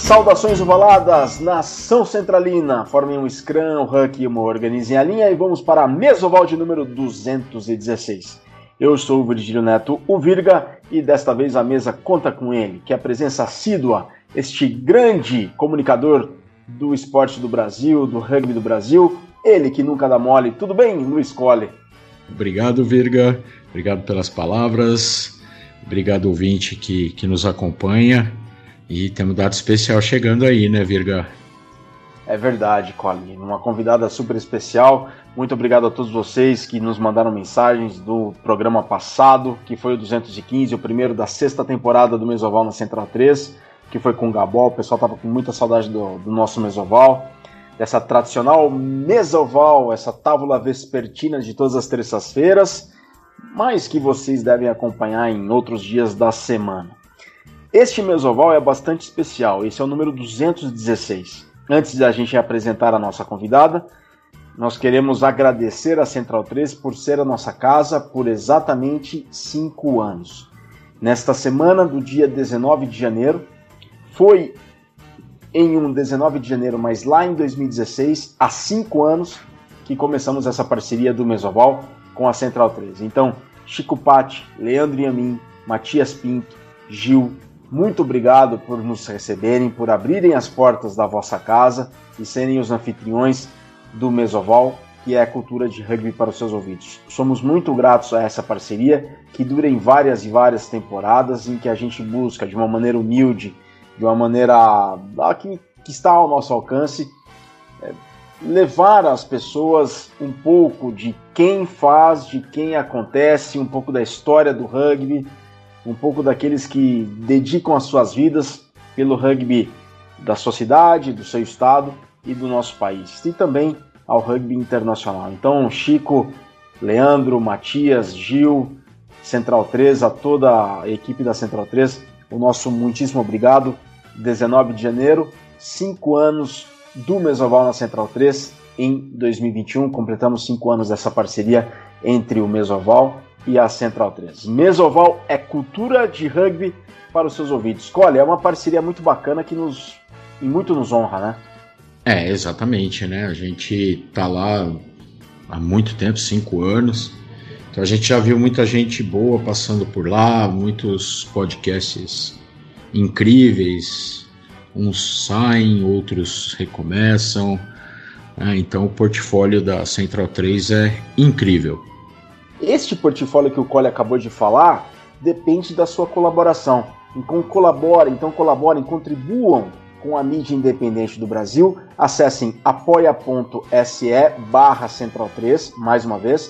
Saudações ovaladas, nação centralina, formem um scrum, um huck e uma organizem a linha e vamos para a Mesoval de número 216. Eu sou o Virgílio Neto, o Virga, e desta vez a mesa conta com ele, que é a presença assídua, este grande comunicador do esporte do Brasil, do rugby do Brasil, ele que nunca dá mole. Tudo bem, Luiz Colli? Obrigado, Virga, obrigado pelas palavras, obrigado ouvinte que nos acompanha. E temos data especial chegando aí, né, Virga? É verdade, Colin. Uma convidada super especial. Muito obrigado a todos vocês que nos mandaram mensagens do programa passado, que foi o 215, o primeiro da sexta temporada do Mesoval na Central 3, que foi com o Gabol. O pessoal estava com muita saudade do nosso Mesoval, dessa tradicional Mesoval, essa tábula vespertina de todas as terças-feiras, mas que vocês devem acompanhar em outros dias da semana. Este Mesoval é bastante especial, esse é o número 216. Antes de a gente apresentar a nossa convidada, nós queremos agradecer a Central 3 por ser a nossa casa por exatamente 5 anos. Nesta semana do dia 19 de janeiro, foi em um 19 de janeiro, mas lá em 2016, há 5 anos que começamos essa parceria do Mesoval com a Central 3. Então, Chico Patti, Leandro Yamin, Matias Pinto, Gil, muito obrigado por nos receberem, por abrirem as portas da vossa casa e serem os anfitriões do Mesoval, que é a cultura de rugby para os seus ouvidos. Somos muito gratos a essa parceria, que dura em várias e várias temporadas, em que a gente busca, de uma maneira humilde, de uma maneira que está ao nosso alcance, levar às pessoas um pouco de quem faz, de quem acontece, um pouco da história do rugby, um pouco daqueles que dedicam as suas vidas pelo rugby da sua cidade, do seu estado e do nosso país, e também ao rugby internacional. Então, Chico, Leandro, Matias, Gil, Central 3, a toda a equipe da Central 3, o nosso muitíssimo obrigado. 19 de janeiro, 5 anos do Mesoval na Central 3, em 2021, completamos 5 anos dessa parceria entre o Mesoval e a Central 3. Mesoval é cultura de rugby para os seus ouvidos. Olha, é uma parceria muito bacana que muito nos honra, né? É, exatamente, né? A gente tá lá há muito tempo, 5 anos. Então a gente já viu muita gente boa passando por lá, muitos podcasts incríveis. Uns saem, outros recomeçam. Então o portfólio da Central 3 é incrível. Este portfólio que o Colli acabou de falar depende da sua colaboração. Então colaborem, contribuam com a mídia independente do Brasil. Acessem apoia.se/Central3, mais uma vez,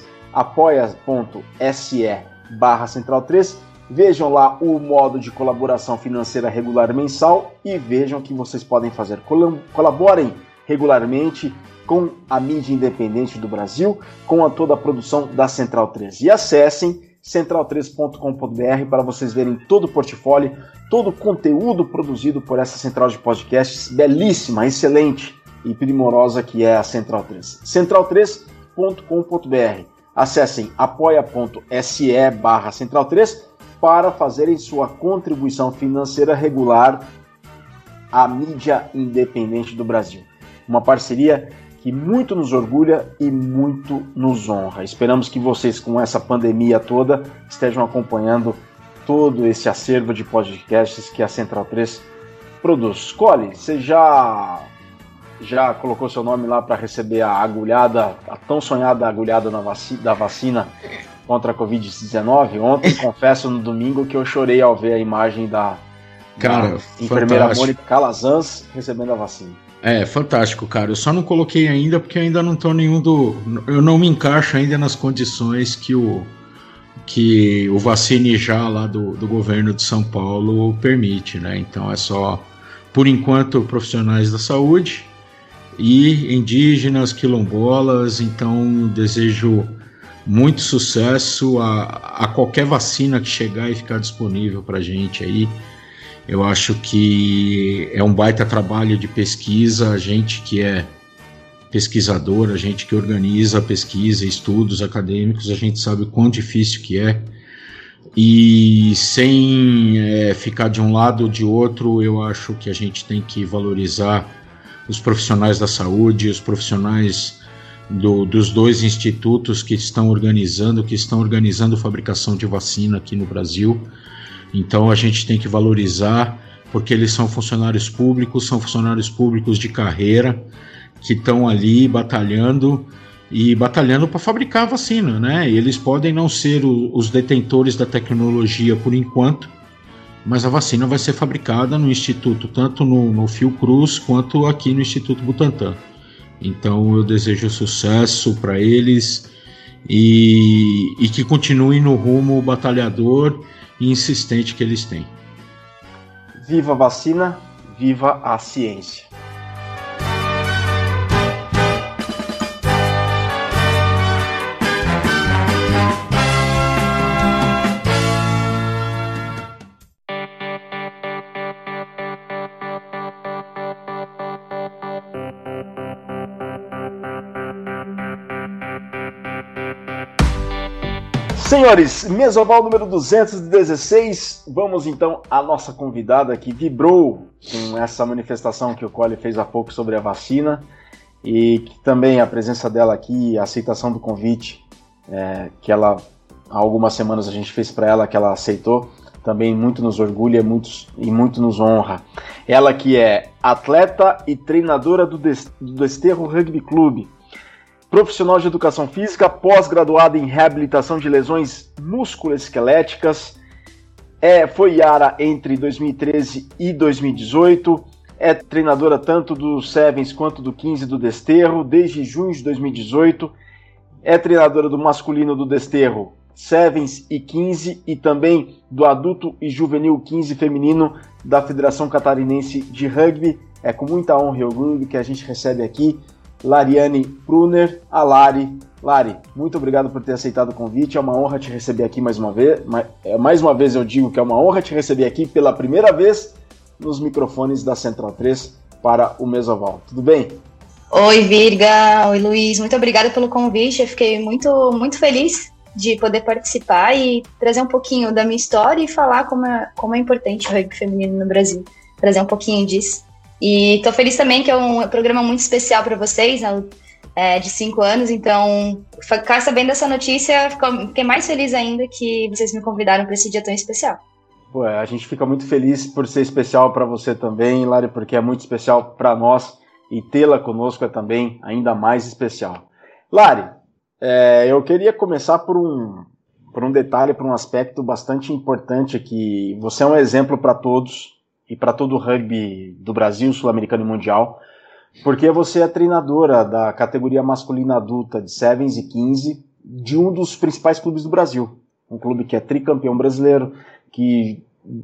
apoia.se/Central3. Vejam lá o modo de colaboração financeira regular mensal e vejam o que vocês podem fazer. Colaborem regularmente com a mídia independente do Brasil, com toda a produção da Central 3. E acessem central3.com.br para vocês verem todo o portfólio, todo o conteúdo produzido por essa central de podcasts belíssima, excelente e primorosa que é a Central 3. central3.com.br. Acessem apoia.se/Central3 para fazerem sua contribuição financeira regular à mídia independente do Brasil. Uma parceria que muito nos orgulha e muito nos honra. Esperamos que vocês, com essa pandemia toda, estejam acompanhando todo esse acervo de podcasts que a Central 3 produz. Colli, você já colocou seu nome lá para receber a agulhada, a tão sonhada agulhada da vacina contra a Covid-19? Ontem, confesso, no domingo, que eu chorei ao ver a imagem da enfermeira Mônica Calazans recebendo a vacina. É, fantástico, cara. Eu só não coloquei ainda porque ainda não tô eu não me encaixo ainda nas condições que o Vacine Já lá do governo de São Paulo permite, né? Então é só, por enquanto, profissionais da saúde e indígenas, quilombolas. Então desejo muito sucesso a qualquer vacina que chegar e ficar disponível pra gente aí. Eu acho que é um baita trabalho de pesquisa, a gente que é pesquisador, a gente que organiza pesquisa, estudos acadêmicos, a gente sabe o quão difícil que é E sem ficar de um lado ou de outro, eu acho que a gente tem que valorizar os profissionais da saúde, os profissionais dos dois institutos que estão organizando a fabricação de vacina aqui no Brasil. Então a gente tem que valorizar, porque eles são funcionários públicos de carreira, que estão ali batalhando para fabricar a vacina, né? E eles podem não ser os detentores da tecnologia por enquanto, mas a vacina vai ser fabricada no Instituto, tanto no Fiocruz quanto aqui no Instituto Butantan. Então eu desejo sucesso para eles e que continuem no rumo batalhador e insistente que eles têm. Viva a vacina, viva a ciência. Senhores, Mesoval número 216, vamos então à nossa convidada que vibrou com essa manifestação que o Cole fez há pouco sobre a vacina e que também a presença dela aqui, a aceitação do convite que ela, há algumas semanas a gente fez para ela, que ela aceitou, também muito nos orgulha e muito nos honra. Ela que é atleta e treinadora do Desterro Rugby Clube, profissional de educação física, pós-graduada em reabilitação de lesões musculoesqueléticas, foi Yara entre 2013 e 2018, é treinadora tanto do Sevens quanto do 15 do Desterro, desde junho de 2018, é treinadora do masculino do Desterro, Sevens e 15, e também do adulto e juvenil 15 feminino da Federação Catarinense de Rugby. É com muita honra e orgulho que a gente recebe aqui Lariane Pruner, a Lari. Lari, muito obrigado por ter aceitado o convite, é uma honra te receber aqui mais uma vez. Mais uma vez eu digo que é uma honra te receber aqui pela primeira vez nos microfones da Central 3 para o Mesoval. Tudo bem? Oi, Virga. Oi, Luiz. Muito obrigada pelo convite. Eu fiquei muito, muito feliz de poder participar e trazer um pouquinho da minha história e falar como é importante o rugby feminino no Brasil. Trazer um pouquinho disso. E estou feliz também que é um programa muito especial para vocês, de 5 anos, então ficar sabendo dessa notícia, fiquei mais feliz ainda que vocês me convidaram para esse dia tão especial. Pô, a gente fica muito feliz por ser especial para você também, Lari, porque é muito especial para nós e tê-la conosco é também ainda mais especial. Lari, eu queria começar por um detalhe, por um aspecto bastante importante aqui. Você é um exemplo para todos e para todo o rugby do Brasil, sul-americano e mundial, porque você é treinadora da categoria masculina adulta de Sevens e 15 de um dos principais clubes do Brasil. Um clube que é tricampeão brasileiro, que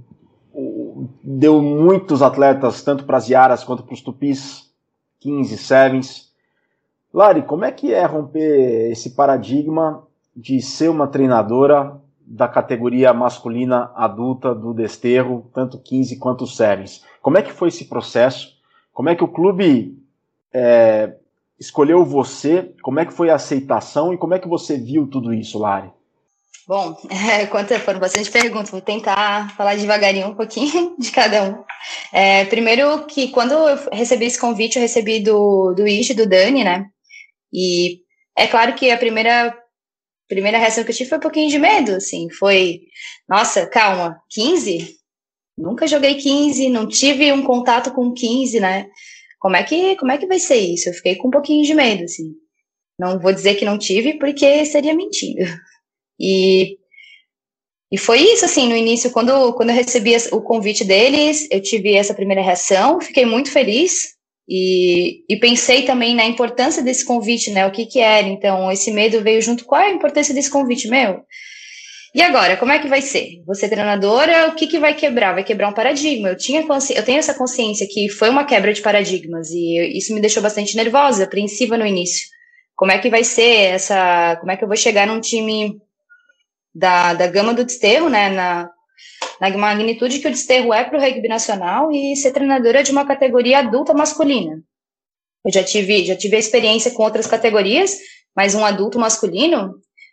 deu muitos atletas, tanto para as Yaras quanto para os Tupis, 15, Sevens. Lari, como é que é romper esse paradigma de ser uma treinadora da categoria masculina adulta do Desterro, tanto 15 quanto Sevens? Como é que foi esse processo? Como é que o clube escolheu você? Como é que foi a aceitação e como é que você viu tudo isso, Lari? Bom, foram bastante perguntas, vou tentar falar devagarinho um pouquinho de cada um. Primeiro que quando eu recebi esse convite, eu recebi do Ish e do Dani, né? E é claro que a primeira reação que eu tive foi um pouquinho de medo, assim, foi, nossa, calma, 15? Nunca joguei 15, não tive um contato com 15, né? Como é que vai ser isso? Eu fiquei com um pouquinho de medo, assim. Não vou dizer que não tive, porque seria mentindo. E foi isso, assim, no início, quando eu recebi o convite deles, eu tive essa primeira reação, fiquei muito feliz e pensei também na importância desse convite, né, o que era. Então, esse medo veio junto. Qual é a importância desse convite, meu? E agora, como é que vai ser? Você treinadora, o que vai quebrar? Vai quebrar um paradigma. Eu tenho essa consciência que foi uma quebra de paradigmas e isso me deixou bastante nervosa, apreensiva no início. Como é que vai ser como é que eu vou chegar num time da gama do Desterro, né, na magnitude que o Desterro é para o rugby nacional e ser treinadora de uma categoria adulta masculina. Eu já tive a experiência com outras categorias, mas um adulto masculino,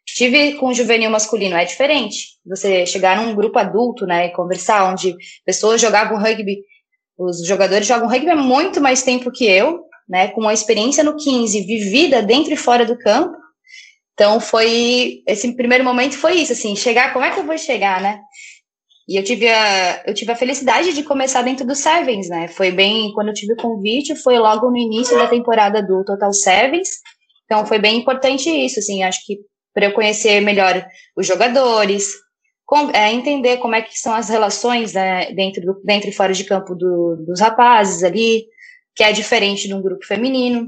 tive com o juvenil masculino, é diferente. Você chegar num grupo adulto, né, e conversar, onde pessoas jogavam rugby, os jogadores jogam rugby há muito mais tempo que eu, né, com uma experiência no 15, vivida dentro e fora do campo. Então, esse primeiro momento foi isso, assim, chegar, como é que eu vou chegar, né? E eu tive a felicidade de começar dentro do Sevens, né? Foi bem, quando eu tive o convite, foi logo no início da temporada do Total Sevens. Então, foi bem importante isso, assim, acho que para eu conhecer melhor os jogadores, entender como é que são as relações, né, dentro e fora de campo dos rapazes ali, que é diferente de um grupo feminino,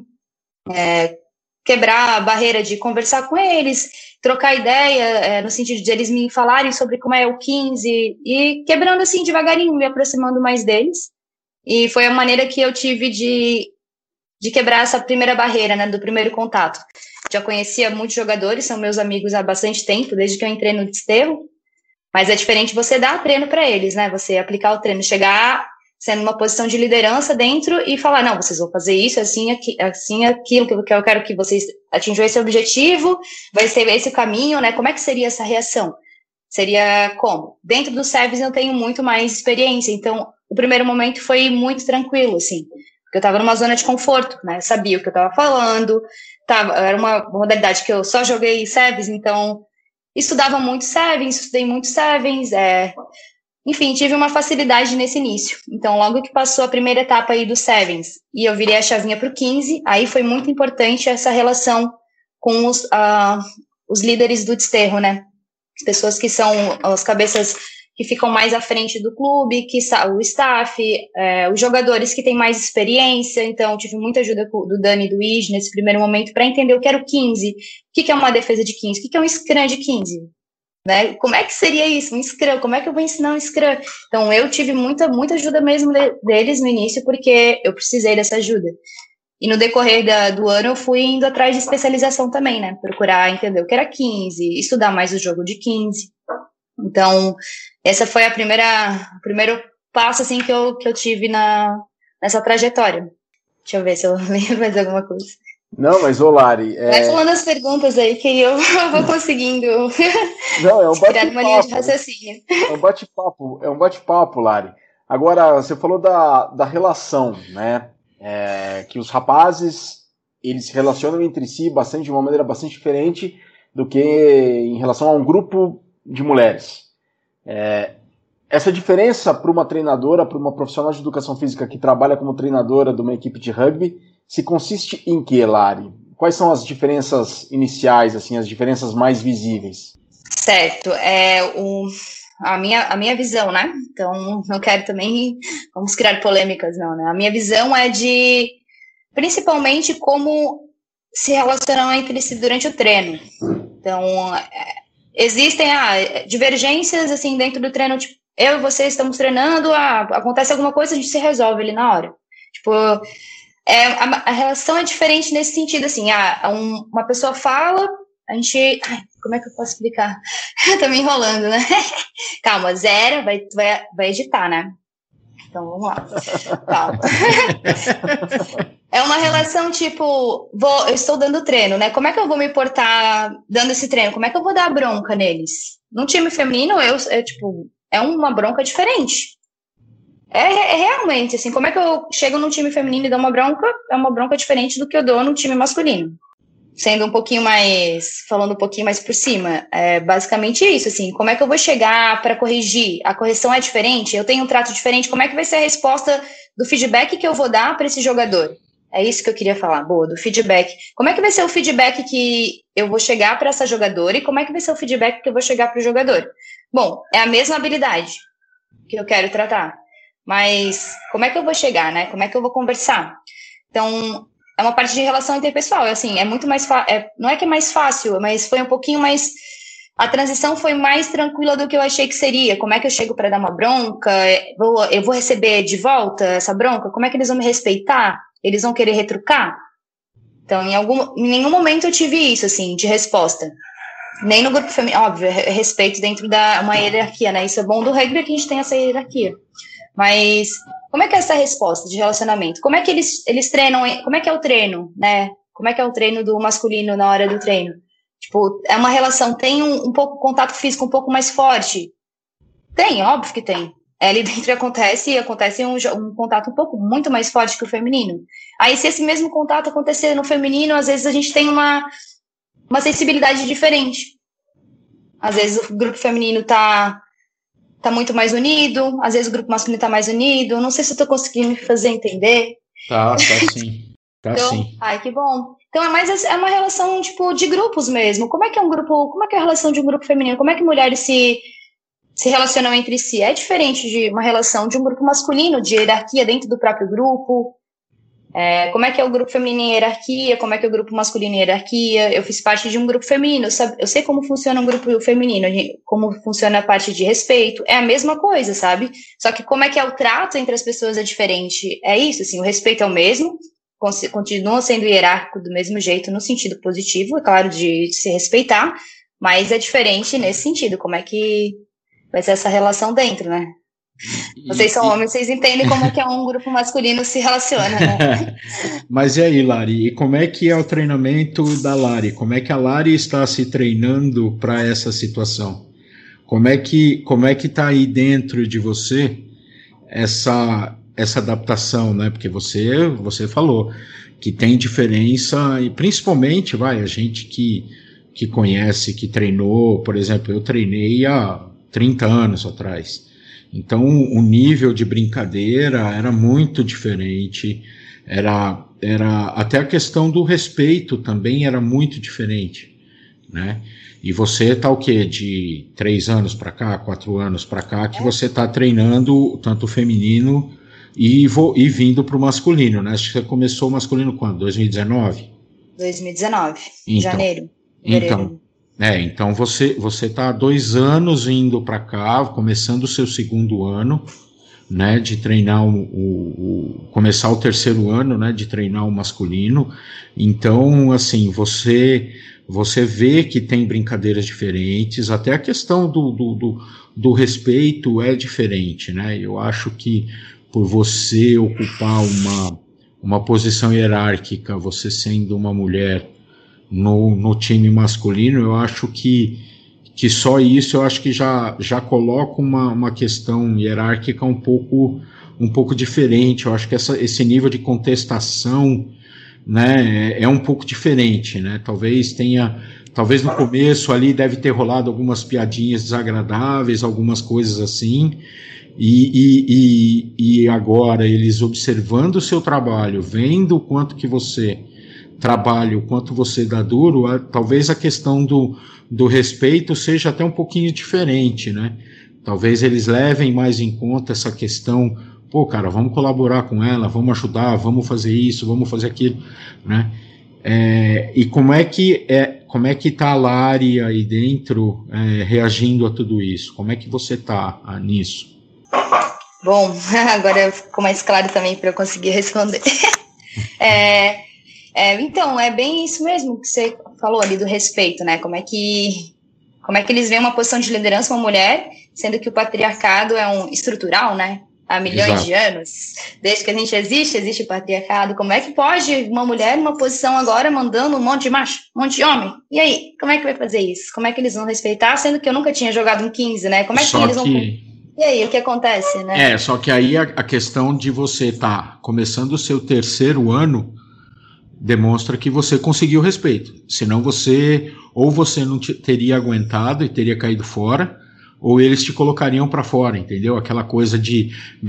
quebrar a barreira de conversar com eles, trocar ideia, no sentido de eles me falarem sobre como é o 15, e quebrando assim devagarinho, me aproximando mais deles. E foi a maneira que eu tive de quebrar essa primeira barreira, né, do primeiro contato. Já conhecia muitos jogadores, são meus amigos há bastante tempo, desde que eu entrei no Desterro, mas é diferente você dar treino para eles, né, você aplicar o treino, chegar sendo uma posição de liderança dentro e falar, não, vocês vão fazer isso, assim, aquilo, que eu quero que vocês atinjam esse objetivo, vai ser esse o caminho, né, como é que seria essa reação? Seria como? Dentro do Sevens eu tenho muito mais experiência, então o primeiro momento foi muito tranquilo, assim, porque eu estava numa zona de conforto, né, eu sabia o que eu estava falando, era uma modalidade que eu só joguei Sevens, então estudava muito Sevens, estudei muito Sevens, enfim, tive uma facilidade nesse início. Então, logo que passou a primeira etapa aí do Sevens e eu virei a chavinha para o 15, aí foi muito importante essa relação com os líderes do Desterro, né? As pessoas que são as cabeças que ficam mais à frente do clube, o staff, os jogadores que têm mais experiência. Então, tive muita ajuda do Dani e do Ige nesse primeiro momento para entender o que era o 15, o que é uma defesa de 15, o que é um scrum de 15. Né? Como é que seria isso? Um Scrum, como é que eu vou ensinar um Scrum? Então, eu tive muita ajuda mesmo deles no início, porque eu precisei dessa ajuda. E no decorrer do ano, eu fui indo atrás de especialização também, né? Procurar entender o que era 15, estudar mais o jogo de 15. Então, essa foi o primeiro passo, assim, que eu tive nessa trajetória. Deixa eu ver se eu lembro mais alguma coisa. Não, mas, ô Lari... Vai falando as perguntas aí que eu vou conseguindo Não, é um criar uma linha de raciocínio. É um bate-papo, Lari. Agora, você falou da relação, né? Que os rapazes, eles se relacionam entre si de uma maneira bastante diferente do que em relação a um grupo de mulheres. Essa diferença para uma treinadora, para uma profissional de educação física que trabalha como treinadora de uma equipe de rugby, se consiste em que, Lari? Quais são as diferenças iniciais, assim, as diferenças mais visíveis? Certo. A minha visão, né? Então, não quero também, vamos criar polêmicas, não, né? A minha visão é principalmente, como se relacionam entre si durante o treino. Então, existem divergências, assim, dentro do treino, tipo, eu e você estamos treinando, acontece alguma coisa, a gente se resolve ali na hora. Tipo... a relação é diferente nesse sentido, assim, uma pessoa fala, a gente... como é que eu posso explicar? Tô me enrolando, né? Calma, zero, vai editar, né? Então, vamos lá. Calma. É uma relação, tipo, eu estou dando treino, né? Como é que eu vou me portar dando esse treino? Como é que eu vou dar bronca neles? Num time feminino, é uma bronca diferente. Realmente, assim, como é que eu chego num time feminino e dou uma bronca? É uma bronca diferente do que eu dou no time masculino. Falando um pouquinho mais por cima, é basicamente isso, assim, como é que eu vou chegar para corrigir? A correção é diferente? Eu tenho um trato diferente? Como é que vai ser a resposta do feedback que eu vou dar para esse jogador? É isso que eu queria falar, do feedback. Como é que vai ser o feedback que eu vou chegar para essa jogadora e como é que vai ser o feedback que eu vou chegar para o jogador? Bom, é a mesma habilidade que eu quero tratar. Mas como é que eu vou chegar, né? Como é que eu vou conversar? Então, é uma parte de relação interpessoal. Assim, é muito mais fácil. Não é que é mais fácil, mas foi um pouquinho mais... A transição foi mais tranquila do que eu achei que seria. Como é que eu chego para dar uma bronca? Eu vou receber de volta essa bronca? Como é que eles vão me respeitar? Eles vão querer retrucar? Então, em nenhum momento eu tive isso, assim, de resposta. Nem no grupo feminino. Óbvio, respeito dentro uma hierarquia, né? Isso é bom do rugby, que a gente tem essa hierarquia. Mas como é que é essa resposta de relacionamento? Como é que eles treinam? Como é que é o treino, né? Como é que é o treino do masculino na hora do treino? Tipo, é uma relação, tem um pouco contato físico um pouco mais forte? Tem, óbvio que tem. Ali dentro acontece um contato um pouco muito mais forte que o feminino. Aí, se esse mesmo contato acontecer no feminino, às vezes a gente tem uma sensibilidade diferente. Às vezes o grupo feminino tá muito mais unido, às vezes o grupo masculino tá mais unido. Não sei se eu tô conseguindo me fazer entender. Tá sim. Tá então, sim. Ai, que bom. Então, é uma relação, tipo, de grupos mesmo. Como é que é a relação de um grupo feminino? Como é que mulheres se relacionam entre si? É diferente de uma relação de um grupo masculino, de hierarquia dentro do próprio grupo. Como é que é o grupo feminino em hierarquia? Como é que é o grupo masculino em hierarquia? Eu fiz parte de um grupo feminino, eu sei como funciona um grupo feminino, como funciona a parte de respeito. É a mesma coisa, sabe? Só que como é que é o trato entre as pessoas é diferente. É isso, assim, o respeito é o mesmo, continua sendo hierárquico do mesmo jeito, no sentido positivo, é claro, de se respeitar, mas é diferente nesse sentido, como é que vai ser essa relação dentro, né? Vocês são homens, vocês entendem como é que um grupo masculino se relaciona, né? Mas e aí, Lari, e como é que é o treinamento da Lari? Como é que a Lari está se treinando para essa situação? Como é que está aí dentro de você essa adaptação, né? Porque você falou que tem diferença, e principalmente, a gente que conhece, que treinou, por exemplo, eu treinei há 30 anos atrás. Então, o nível de brincadeira era muito diferente, era até a questão do respeito também era muito diferente, né? E você tá o quê? De 3 anos para cá, 4 anos para cá, que você tá treinando tanto o feminino e vindo para o masculino, né? Acho que você começou o masculino quando? 2019? 2019, então, janeiro. Então você está há 2 anos indo para cá, começando o seu segundo ano, né, de treinar começar o terceiro ano, né, de treinar o masculino. Então, assim, você vê que tem brincadeiras diferentes, até a questão do respeito é diferente, né? Eu acho que por você ocupar uma posição hierárquica, você sendo uma mulher no time masculino, eu acho que só isso eu acho que já coloca uma questão hierárquica um pouco diferente. Eu acho que esse nível de contestação, né, é um pouco diferente, né? Talvez no começo ali deve ter rolado algumas piadinhas desagradáveis, algumas coisas assim, e agora eles observando o seu trabalho, vendo o quanto que você trabalha, o quanto você dá duro, talvez a questão do respeito seja até um pouquinho diferente, né? Talvez eles levem mais em conta essa questão, pô, cara, vamos colaborar com ela, vamos ajudar, vamos fazer isso, vamos fazer aquilo, né? E como é que tá a Lari aí dentro, reagindo a tudo isso? Como é que você tá nisso? Bom, agora ficou mais claro também para eu conseguir responder. Então, é bem isso mesmo que você falou ali do respeito, né? Como é que eles veem uma posição de liderança, uma mulher, sendo que o patriarcado é estrutural, né? Há milhões Exato. de anos. Desde que a gente existe o patriarcado. Como é que pode uma mulher numa posição agora mandando um monte de macho, um monte de homem? E aí, como é que vai fazer isso? Como é que eles vão respeitar, sendo que eu nunca tinha jogado um 15, né? Como é que eles vão... E aí, o que acontece, né? Só que aí a questão de você estar começando o seu terceiro ano demonstra que você conseguiu respeito. Senão você não teria aguentado e teria caído fora, ou eles te colocariam para fora, entendeu? Aquela coisa de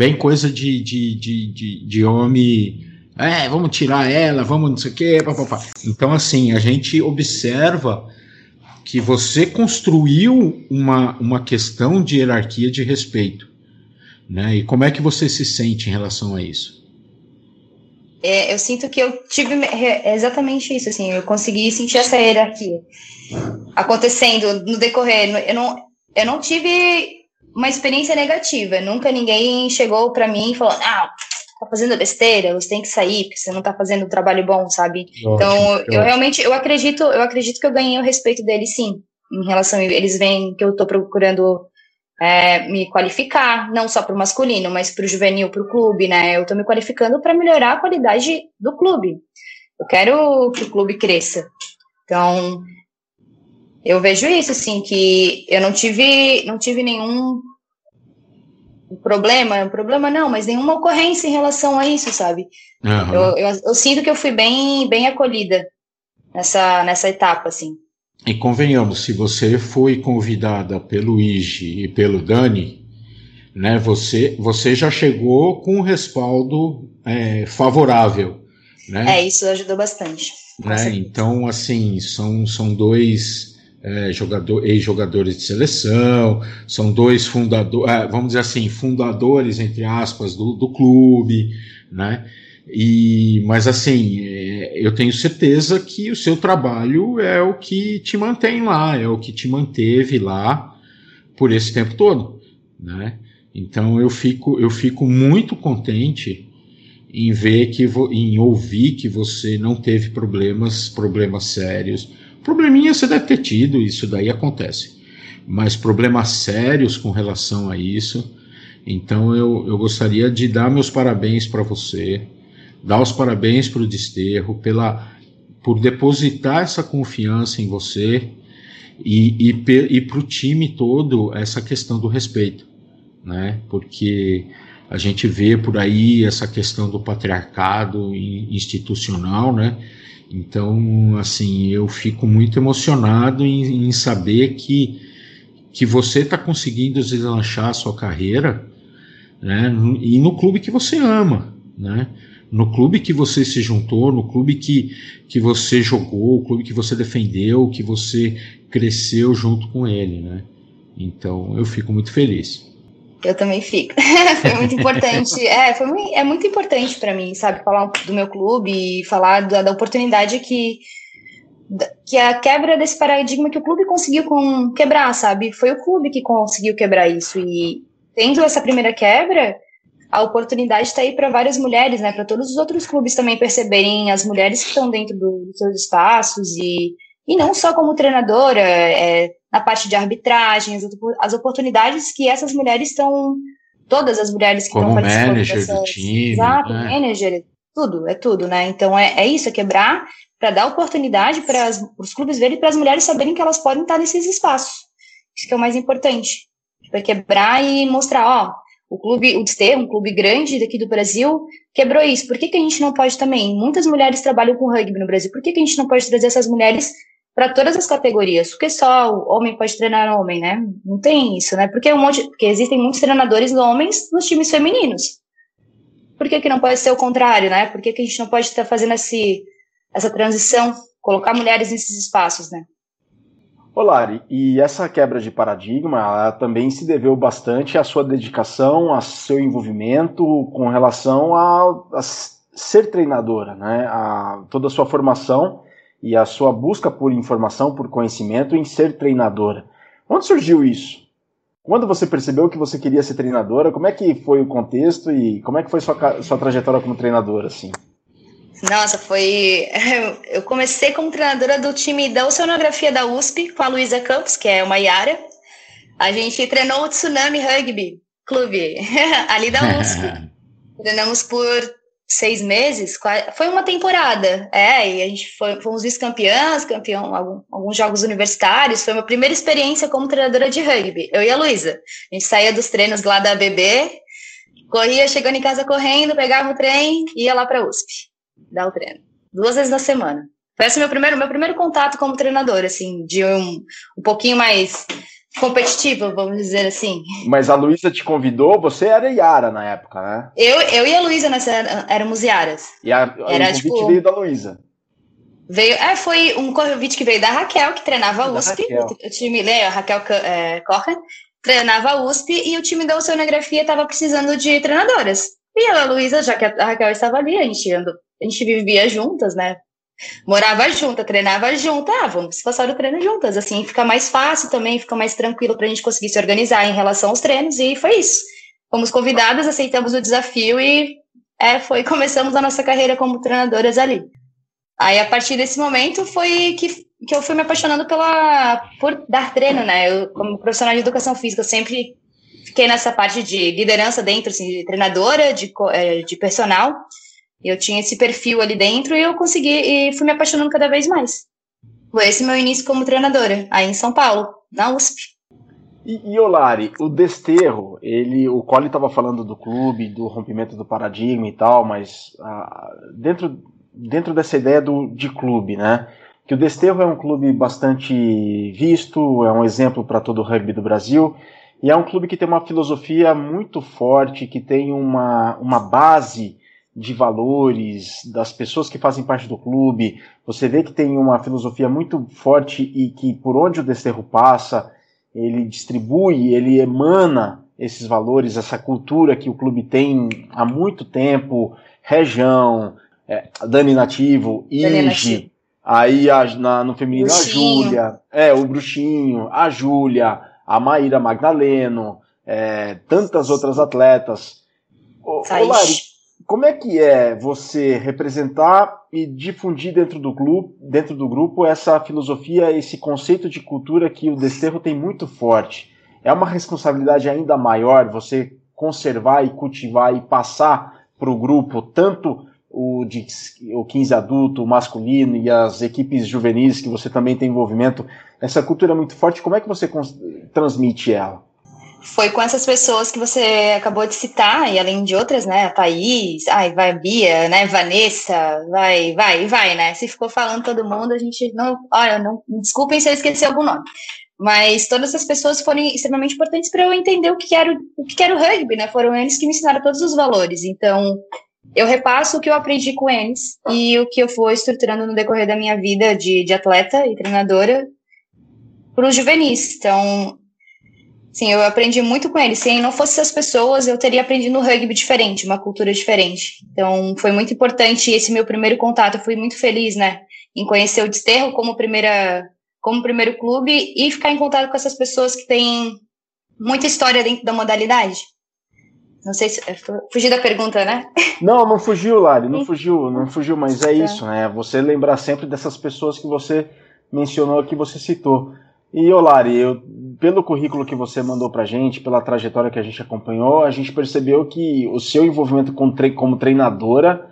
homem, vamos tirar ela, vamos não sei o quê, papapá. Então, assim, a gente observa que você construiu uma questão de hierarquia de respeito, né? E como é que você se sente em relação a isso? Eu sinto que eu tive exatamente isso, assim, eu consegui sentir essa hierarquia acontecendo no decorrer. Eu não tive uma experiência negativa, nunca ninguém chegou para mim e falou, tá fazendo besteira, você tem que sair, porque você não tá fazendo um trabalho bom, sabe? Então, eu acredito que eu ganhei o respeito deles, sim, em relação a eles veem que eu tô procurando me qualificar, não só para o masculino, mas para o juvenil, para o clube, né? Eu estou me qualificando para melhorar a qualidade do clube. Eu quero que o clube cresça. Então, Eu vejo isso, assim, que eu não tive nenhum problema não, mas nenhuma ocorrência em relação a isso, sabe? Uhum. Eu sinto que eu fui bem acolhida nessa etapa, assim. E convenhamos, se você foi convidada pelo Ige e pelo Dani, né, você já chegou com um respaldo favorável, né? Isso ajudou bastante. Né? Então, assim, são dois ex-jogadores de seleção, são dois fundadores, vamos dizer assim, fundadores, entre aspas, do clube, né? Mas assim, eu tenho certeza que o seu trabalho é o que te mantém lá, é o que te manteve lá por esse tempo todo, né? Então eu fico muito contente em ouvir que você não teve problemas sérios. Probleminha você deve ter tido, isso daí acontece. Mas problemas sérios com relação a isso. Então eu gostaria de dar meus parabéns para você, dar os parabéns para o Desterro por depositar essa confiança em você e para o time todo essa questão do respeito, né? Porque a gente vê por aí essa questão do patriarcado institucional, né? Então, assim, eu fico muito emocionado em saber que você está conseguindo deslanchar a sua carreira, né? E no clube que você ama, né? No clube que você se juntou, no clube que você jogou, o clube que você defendeu, que você cresceu junto com ele, né? Então, eu fico muito feliz. Eu também fico. Foi muito importante. É muito importante para mim, sabe? Falar do meu clube e falar da oportunidade que a quebra desse paradigma que o clube conseguiu quebrar, sabe? Foi o clube que conseguiu quebrar isso. E tendo essa primeira quebra, a oportunidade está aí para várias mulheres, né? Para todos os outros clubes também perceberem as mulheres que estão dentro dos seus espaços e não só como treinadora, na parte de arbitragem, as oportunidades que essas mulheres estão, todas as mulheres que estão participando como manager do time, exato, né? Manager, tudo, né? Então é isso, é quebrar para dar oportunidade para os clubes verem e para as mulheres saberem que elas podem estar nesses espaços. Isso que é o mais importante, para quebrar e mostrar, o Desterro, um clube grande daqui do Brasil, quebrou isso. Por que a gente não pode também? Muitas mulheres trabalham com rugby no Brasil. Por que a gente não pode trazer essas mulheres para todas as categorias? Porque só o homem pode treinar homem, né? Não tem isso, né? Porque existem muitos treinadores homens nos times femininos. Por que não pode ser o contrário, né? Por que a gente não pode estar fazendo essa transição, colocar mulheres nesses espaços, né? Ô Lari, e essa quebra de paradigma, ela também se deveu bastante à sua dedicação, ao seu envolvimento com relação a ser treinadora, né? A toda a sua formação e a sua busca por informação, por conhecimento em ser treinadora. Onde surgiu isso? Quando você percebeu que você queria ser treinadora, como é que foi o contexto e como é que foi sua trajetória como treinadora, assim? Nossa, eu comecei como treinadora do time da Oceanografia da USP, com a Luísa Campos, que é uma Yara. A gente treinou o Tsunami Rugby Clube, ali da USP. Treinamos por 6 meses, foi uma temporada, e a gente fomos vice-campeãs, alguns jogos universitários. Foi a minha primeira experiência como treinadora de rugby, eu e a Luísa. A gente saía dos treinos lá da ABB, corria, chegando em casa correndo, pegava o trem e ia lá para a USP. Dar o treino 2 vezes na semana. Foi esse meu primeiro contato como treinador, assim, de um pouquinho mais competitivo, vamos dizer assim. Mas a Luísa te convidou, você era Yara na época, né? Eu e a Luísa éramos Yaras. E o convite veio da Luísa. Foi um convite que veio da Raquel, que treinava a USP. O time, a Raquel Cohen, treinava a USP e o time da Oceanografia estava precisando de treinadoras. E a Luísa, já que a Raquel estava ali, a gente vivia juntas, né? Morava junta, treinava junta. Vamos passar o treino juntas, assim fica mais fácil também, fica mais tranquilo pra gente conseguir se organizar em relação aos treinos, e foi isso. Fomos convidadas, aceitamos o desafio e começamos a nossa carreira como treinadoras ali. Aí, a partir desse momento, foi que eu fui me apaixonando por dar treino, né? Eu, como profissional de educação física, sempre fiquei nessa parte de liderança dentro, assim, de treinadora, de personal. Eu tinha esse perfil ali dentro e eu consegui, e fui me apaixonando cada vez mais. Foi esse meu início como treinadora, aí em São Paulo, na USP. E Olari, o Desterro, o Colli estava falando do clube, do rompimento do paradigma e tal, mas dentro dessa ideia de clube, né? Que o Desterro é um clube bastante visto, é um exemplo para todo o rugby do Brasil, e é um clube que tem uma filosofia muito forte, que tem uma base de valores das pessoas que fazem parte do clube. Você vê que tem uma filosofia muito forte e que por onde o Desterro passa, ele distribui, ele emana esses valores, essa cultura que o clube tem há muito tempo, Região, Dani Nativo, Ige, aí no feminino Bruxinho. A Júlia, o Bruxinho, a Júlia, a Maíra Magdaleno, tantas outras atletas. Olari, como é que é você representar e difundir dentro do grupo essa filosofia, esse conceito de cultura que o Desterro tem muito forte? É uma responsabilidade ainda maior você conservar e cultivar e passar para o grupo, tanto o 15 adulto, o masculino e as equipes juvenis que você também tem envolvimento, essa cultura é muito forte, como é que você transmite ela? Foi com essas pessoas que você acabou de citar, e além de outras, né, a Thaís, vai a Bia, né, Vanessa, vai, né, se ficou falando todo mundo, a gente não, desculpem se eu esqueci algum nome, mas todas essas pessoas foram extremamente importantes para eu entender o que era o rugby, né, foram eles que me ensinaram todos os valores, então eu repasso o que eu aprendi com eles e o que eu fui estruturando no decorrer da minha vida de atleta e treinadora para os juvenis, então... Sim, eu aprendi muito com eles. Se não fossem essas pessoas, eu teria aprendido um rugby diferente, uma cultura diferente. Então, foi muito importante esse meu primeiro contato. Eu fui muito feliz, né, em conhecer o Desterro como primeiro clube e ficar em contato com essas pessoas que têm muita história dentro da modalidade. Não sei se... Fugi da pergunta, né? Não fugiu, Lari, não fugiu, mas é isso, né? Você lembrar sempre dessas pessoas que você mencionou, que você citou. E, Olari, pelo currículo que você mandou pra gente, pela trajetória que a gente acompanhou, a gente percebeu que o seu envolvimento como treinadora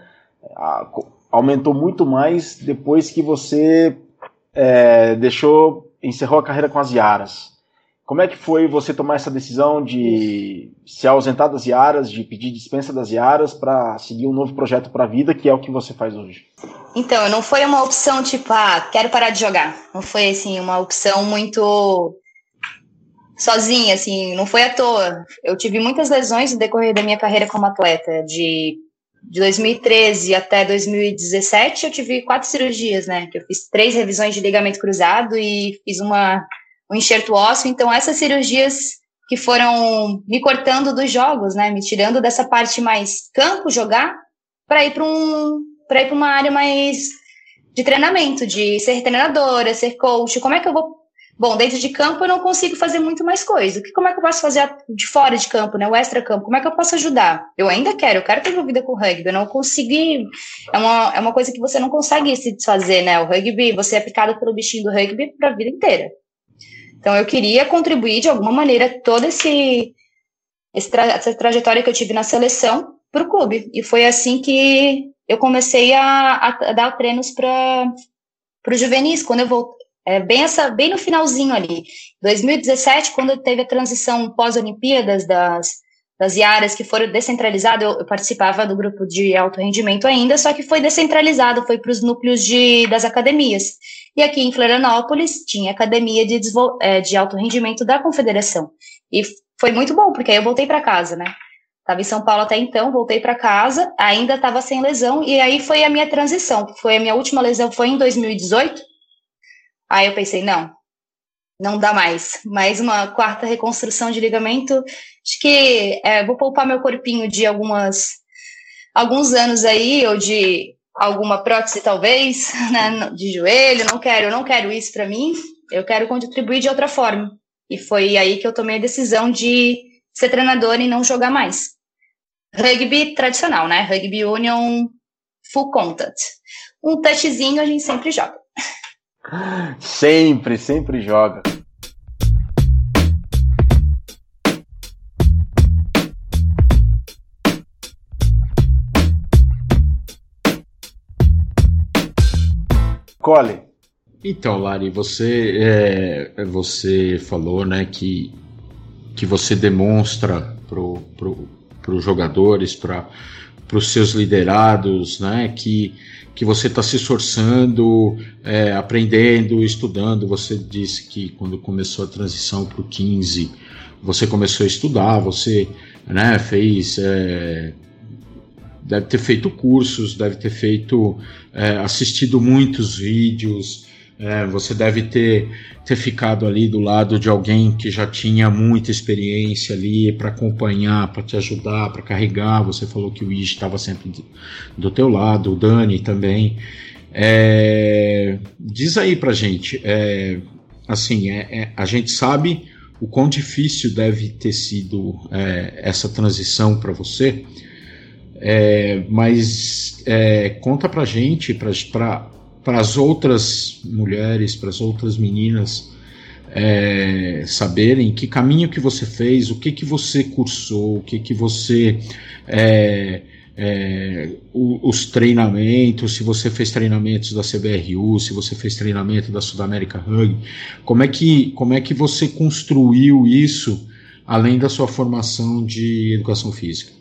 aumentou muito mais depois que você encerrou a carreira com as Iaras. Como é que foi você tomar essa decisão de se ausentar das Iaras, de pedir dispensa das Iaras para seguir um novo projeto para a vida, que é o que você faz hoje? Então, não foi uma opção tipo, quero parar de jogar. Não foi, assim, uma opção muito sozinha, assim, não foi à toa. Eu tive muitas lesões no decorrer da minha carreira como atleta. De 2013 até 2017, eu tive 4 cirurgias, né? Que eu fiz 3 revisões de ligamento cruzado e fiz um enxerto ósseo. Então, essas cirurgias que foram me cortando dos jogos, né? Me tirando dessa parte mais campo, jogar, para ir para uma área mais de treinamento, de ser treinadora, ser coach. Como é que eu vou... Bom, dentro de campo eu não consigo fazer muito mais coisa. Como é que eu posso fazer de fora de campo, né? O extra-campo? Como é que eu posso ajudar? Eu quero estar envolvida com o rugby. Eu não consegui... É uma coisa que você não consegue se desfazer, né? O rugby, você é picado pelo bichinho do rugby para a vida inteira. Então, eu queria contribuir de alguma maneira toda essa trajetória que eu tive na seleção para o clube. E foi assim que eu comecei a dar treinos para os juvenis, quando eu voltei, bem no finalzinho ali, 2017, quando teve a transição pós-Olimpíadas das Iaras, que foram descentralizadas, eu participava do grupo de alto rendimento ainda, só que foi descentralizado, foi para os núcleos das academias. E aqui em Florianópolis tinha academia de alto rendimento da Confederação. E foi muito bom, porque aí eu voltei para casa, né? Estava em São Paulo até então, voltei para casa, ainda estava sem lesão, e aí foi a minha transição. A minha última lesão foi em 2018. Aí eu pensei, não dá mais. Mais uma 4ª reconstrução de ligamento. Acho que vou poupar meu corpinho de alguns anos aí, ou de alguma prótese talvez, né, de joelho. Não quero isso para mim. Eu quero contribuir de outra forma. E foi aí que eu tomei a decisão de ser treinadora e não jogar mais. Rugby tradicional, né? Rugby Union full contact. Um touchzinho a gente sempre joga. Sempre joga. Colli, Então, Lari, você falou, né, que você demonstra para os jogadores, para os seus liderados, né, que você está se esforçando, aprendendo, estudando. Você disse que quando começou a transição para o 15, você começou a estudar, você, né, deve ter feito cursos, deve ter assistido muitos vídeos. Você deve ter ficado ali do lado de alguém que já tinha muita experiência ali para acompanhar, para te ajudar, para carregar. Você falou que o Ishi estava sempre do teu lado, o Dani também. Diz aí pra gente, a gente sabe o quão difícil deve ter sido essa transição para você, mas conta pra gente, para as outras mulheres, para as outras meninas saberem que caminho que você fez, o que você cursou, o que você os treinamentos, se você fez treinamentos da CBRU, se você fez treinamento da Sudamérica Rugby, como é que você construiu isso além da sua formação de educação física?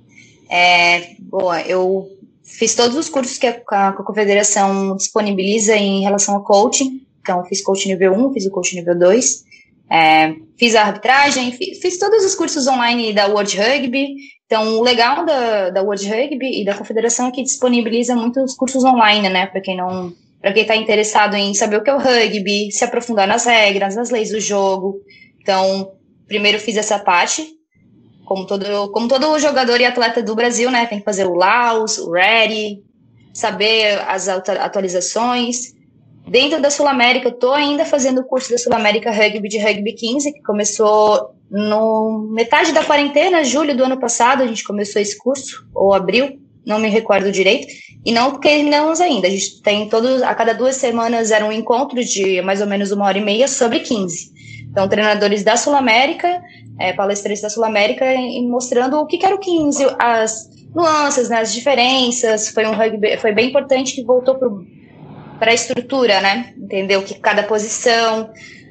Boa, eu fiz todos os cursos que a Confederação disponibiliza em relação ao coaching. Então, fiz coaching nível 1, fiz o coaching nível 2, fiz a arbitragem, fiz todos os cursos online da World Rugby. Então, o legal da World Rugby e da Confederação é que disponibiliza muitos cursos online, né? Para quem está interessado em saber o que é o rugby, se aprofundar nas regras, nas leis do jogo. Então, primeiro fiz essa parte. Como todo jogador e atleta do Brasil, né, tem que fazer o LAUS, o READY, saber as atualizações. Dentro da Sul-América, eu estou ainda fazendo o curso da Sul-América Rugby de Rugby 15, que começou no metade da quarentena, julho do ano passado, a gente começou esse curso, ou abril, não me recordo direito, e não terminamos ainda. A gente tem a cada 2 semanas era um encontro de mais ou menos 1h30 sobre 15. Então, treinadores da Sul-América, palestrantes da Sul-América, mostrando o que era o 15, as nuances, né, as diferenças. Foi um rugby, foi bem importante que voltou para a estrutura, né? Entendeu que cada posição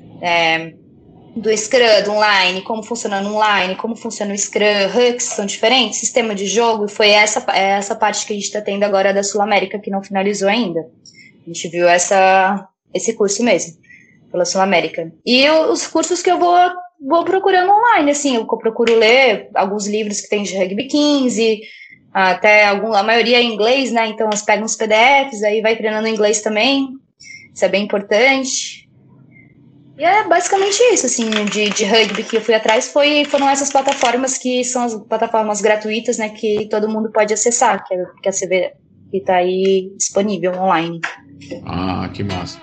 do Scrum, do online, como funciona no online, como funciona o Scrum, hooks são diferentes, sistema de jogo, e foi essa parte que a gente está tendo agora da Sul-América, que não finalizou ainda. A gente viu esse curso mesmo, pela Sul-América. E os cursos que eu vou procurando online, assim, eu procuro ler alguns livros que tem de Rugby 15, até a maioria é em inglês, né, então eu pego uns PDFs, aí vai treinando inglês também, isso é bem importante. E é basicamente isso, assim, de rugby que eu fui atrás, foram essas plataformas que são as plataformas gratuitas, né, que todo mundo pode acessar, que a CB, que está aí disponível online. Ah, que massa.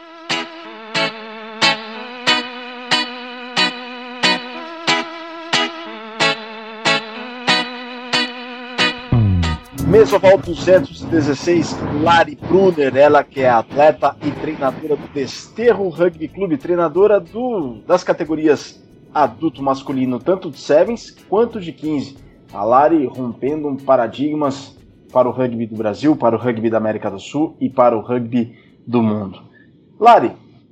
Mesoval 216, Lari Brunner, ela que é atleta e treinadora do Desterro Rugby Clube, treinadora das categorias adulto masculino, tanto de sevens quanto de 15. A Lari rompendo paradigmas para o rugby do Brasil, para o rugby da América do Sul e para o rugby do mundo. Lari,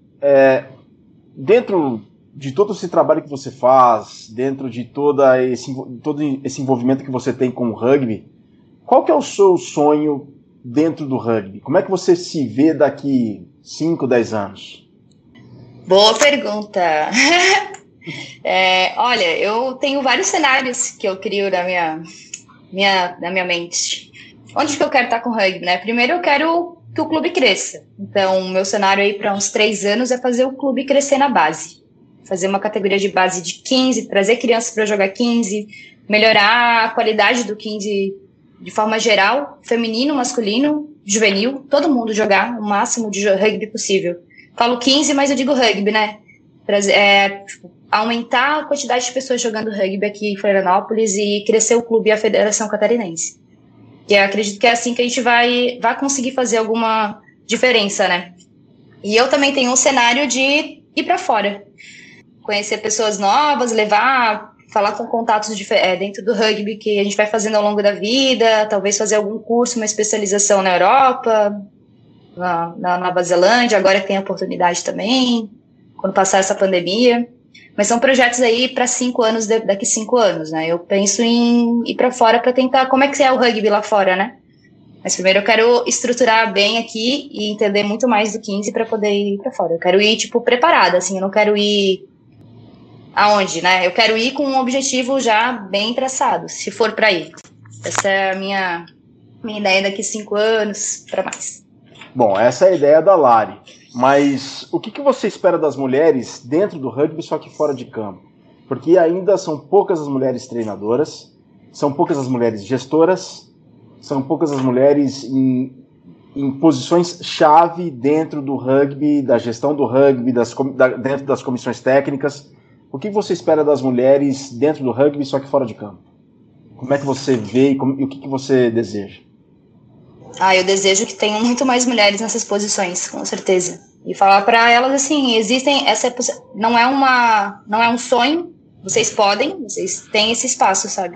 dentro de todo esse trabalho que você faz, dentro de todo esse envolvimento que você tem com o rugby, qual que é o seu sonho dentro do rugby? Como é que você se vê daqui 5, 10 anos? Boa pergunta. Olha, eu tenho vários cenários que eu crio na minha mente. Onde que eu quero estar com o rugby, né? Primeiro eu quero que o clube cresça. Então, meu cenário aí para uns 3 anos é fazer o clube crescer na base. Fazer uma categoria de base de 15, trazer crianças para jogar 15, melhorar a qualidade do 15 de forma geral, feminino, masculino, juvenil, todo mundo jogar o máximo de rugby possível. Falo 15, mas eu digo rugby, né? Aumentar a quantidade de pessoas jogando rugby aqui em Florianópolis e crescer o clube e a Federação Catarinense. Que eu acredito que é assim que a gente vai conseguir fazer alguma diferença, né? E eu também tenho um cenário de ir para fora. Conhecer pessoas novas, falar com contatos dentro do rugby que a gente vai fazendo ao longo da vida, talvez fazer algum curso, uma especialização na Europa, na Nova Zelândia, agora que tem oportunidade também, quando passar essa pandemia. Mas são projetos aí para 5 anos, daqui 5 anos, né? Eu penso em ir para fora para tentar como é que é o rugby lá fora, né? Mas primeiro eu quero estruturar bem aqui e entender muito mais do 15 para poder ir para fora. Eu quero ir, tipo, preparada, assim, eu não quero ir aonde, né? Eu quero ir com um objetivo já bem traçado, se for para ir. Essa é a minha ideia daqui 5 anos para mais. Bom, essa é a ideia da Lari. Mas o que você espera das mulheres dentro do rugby, só que fora de campo? Porque ainda são poucas as mulheres treinadoras, são poucas as mulheres gestoras, são poucas as mulheres em posições-chave dentro do rugby, da gestão do rugby, dentro das comissões técnicas. O que você espera das mulheres dentro do rugby, só que fora de campo? Como é que você vê e o que você deseja? Eu desejo que tenham muito mais mulheres nessas posições, com certeza. E falar para elas assim, não é um sonho, vocês podem, vocês têm esse espaço, sabe?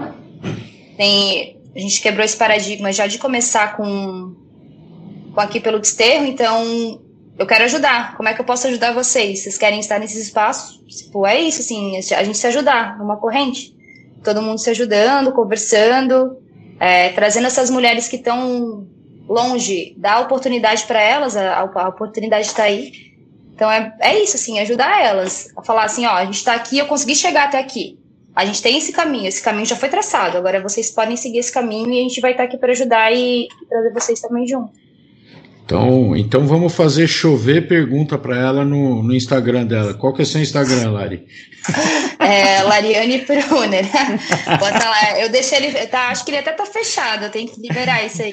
A gente quebrou esse paradigma já de começar com aqui pelo Desterro, então eu quero ajudar. Como é que eu posso ajudar vocês? Vocês querem estar nesses espaços? Tipo, é isso, assim, a gente se ajudar numa corrente. Todo mundo se ajudando, conversando, trazendo essas mulheres que estão longe, dar oportunidade para elas, a oportunidade está aí. Então é isso, assim, ajudar elas a falar assim, ó, a gente está aqui, eu consegui chegar até aqui. A gente tem esse caminho já foi traçado, agora vocês podem seguir esse caminho e a gente vai estar aqui para ajudar e trazer vocês também junto. Então vamos fazer chover pergunta para ela no Instagram dela. Qual que é o seu Instagram, Lari? Lariane Pruner. Bota lá. Eu deixei ele. Acho que ele até tá fechado. Eu tenho que liberar isso aí.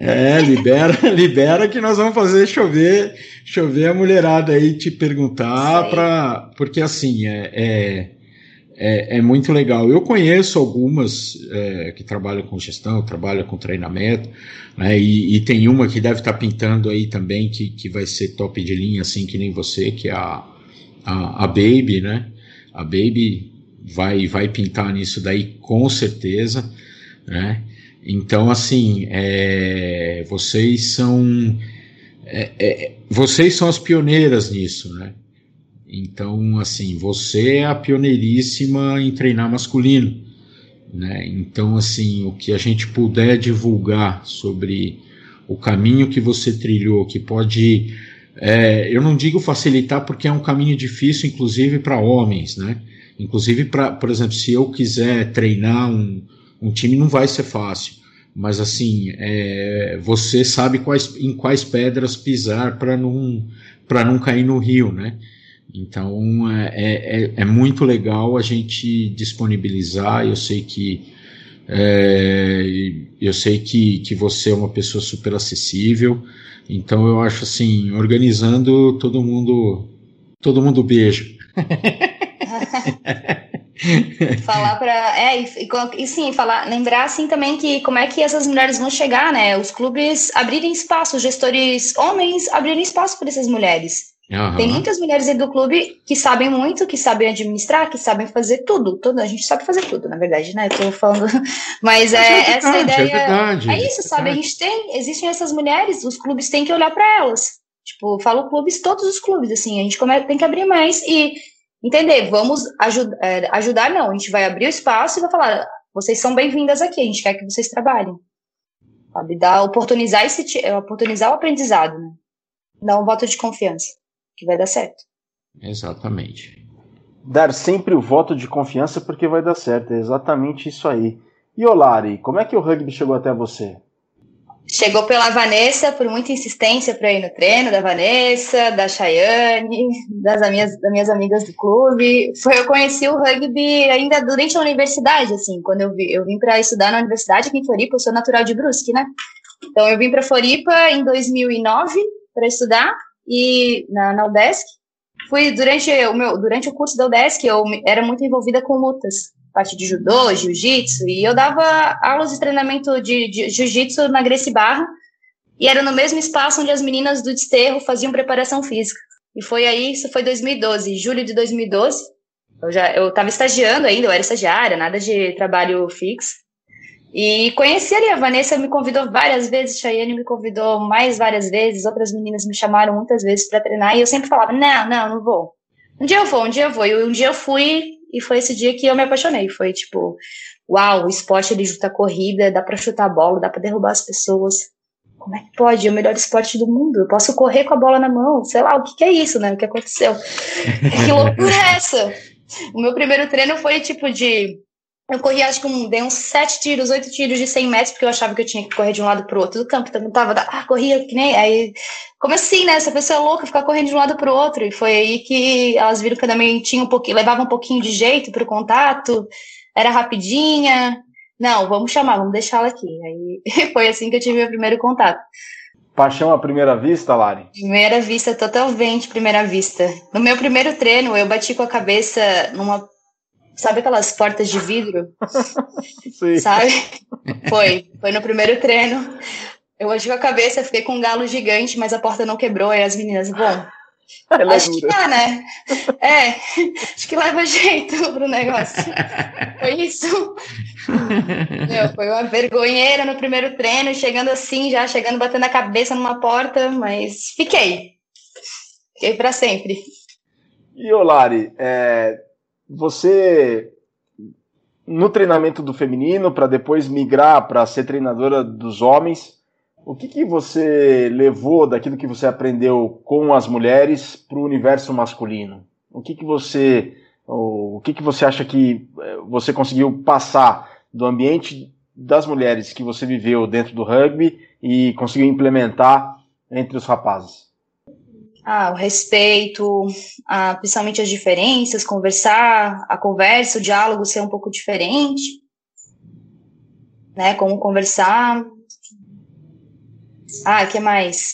Libera que nós vamos fazer chover a mulherada aí te perguntar porque assim é muito legal. Eu conheço algumas que trabalham com gestão, trabalham com treinamento, né, e tem uma que deve estar pintando aí também, que vai ser top de linha, assim, que nem você, que é a Baby, né? A Baby vai pintar nisso daí com certeza, né? Então, assim, vocês são as pioneiras nisso, né? Então, assim, você é a pioneiríssima em treinar masculino, né? Então, assim, o que a gente puder divulgar sobre o caminho que você trilhou, que pode, eu não digo facilitar, porque é um caminho difícil, inclusive para homens, né? Inclusive, por exemplo, se eu quiser treinar um time, não vai ser fácil. Mas, assim, você sabe em quais pedras pisar para não cair no rio, né? Então é muito legal a gente disponibilizar. Eu sei que você é uma pessoa super acessível, então eu acho assim, organizando todo mundo beija. Falar lembrar assim também que como é que essas mulheres vão chegar, né? Os clubes abrirem espaço, os gestores homens abrirem espaço para essas mulheres. Uhum. Tem muitas mulheres aí do clube que sabem muito, que sabem administrar, que sabem fazer tudo. A gente sabe fazer tudo, na verdade, né? Tô falando, mas essa ideia. É isso, sabe? Existem essas mulheres, os clubes têm que olhar para elas. Tipo, falo clubes, todos os clubes, assim, a gente tem que abrir mais e entender, vamos ajudar, não, a gente vai abrir o espaço e vai falar, vocês são bem-vindas aqui, a gente quer que vocês trabalhem. Sabe? Oportunizar o aprendizado, né? Dar um voto de confiança. Que vai dar certo. Exatamente. Dar sempre o voto de confiança porque vai dar certo, é exatamente isso aí. E Lari, como é que o rugby chegou até você? Chegou pela Vanessa, por muita insistência para ir no treino da Vanessa, da Chayane, das minhas amigas do clube. Eu conheci o rugby ainda durante a universidade, assim, quando eu vim para estudar na universidade aqui em Floripa. Eu sou natural de Brusque, né? Então eu vim para Floripa em 2009 para estudar. E na UDESC, durante o curso da UDESC, eu era muito envolvida com lutas, parte de judô, jiu-jitsu, e eu dava aulas de treinamento de jiu-jitsu na Gracie Barra, e era no mesmo espaço onde as meninas do Desterro faziam preparação física. E isso foi 2012, julho de 2012, eu estava estagiando ainda, eu era estagiária, nada de trabalho fixo. E conheci ali, a Vanessa me convidou várias vezes, Chayane me convidou mais várias vezes, outras meninas me chamaram muitas vezes para treinar, e eu sempre falava, não vou. Um dia eu vou. E um dia eu fui, e foi esse dia que eu me apaixonei. Foi tipo, uau, o esporte ele junta corrida, dá para chutar a bola, dá para derrubar as pessoas. Como é que pode? É o melhor esporte do mundo. Eu posso correr com a bola na mão, sei lá, o que é isso, né? O que aconteceu? Que loucura é essa? O meu primeiro treino foi tipo eu corri, acho que dei uns 7 tiros, 8 tiros de 100 metros, porque eu achava que eu tinha que correr de um lado pro outro do campo, então corria que nem, aí, como assim, né, essa pessoa é louca, ficar correndo de um lado pro outro, e foi aí que elas viram que eu também tinha levava um pouquinho de jeito pro contato, era rapidinha, não, vamos deixar ela aqui, aí foi assim que eu tive meu primeiro contato. Paixão à primeira vista, Lari? Primeira vista, totalmente primeira vista. No meu primeiro treino, eu bati com a cabeça sabe aquelas portas de vidro? Sim. Sabe? Foi no primeiro treino. Eu bati com a cabeça, fiquei com um galo gigante, mas a porta não quebrou. E as meninas, bom, acho que dá, né? Acho que leva jeito pro negócio. Foi isso. Foi uma vergonheira no primeiro treino, chegando batendo a cabeça numa porta, mas fiquei pra sempre. E ô Lari, você, no treinamento do feminino, para depois migrar para ser treinadora dos homens, o que você levou daquilo que você aprendeu com as mulheres para o universo masculino? O que você acha que você conseguiu passar do ambiente das mulheres que você viveu dentro do rugby e conseguiu implementar entre os rapazes? O respeito, principalmente as diferenças, a conversa, o diálogo ser um pouco diferente, né, como conversar. O que mais?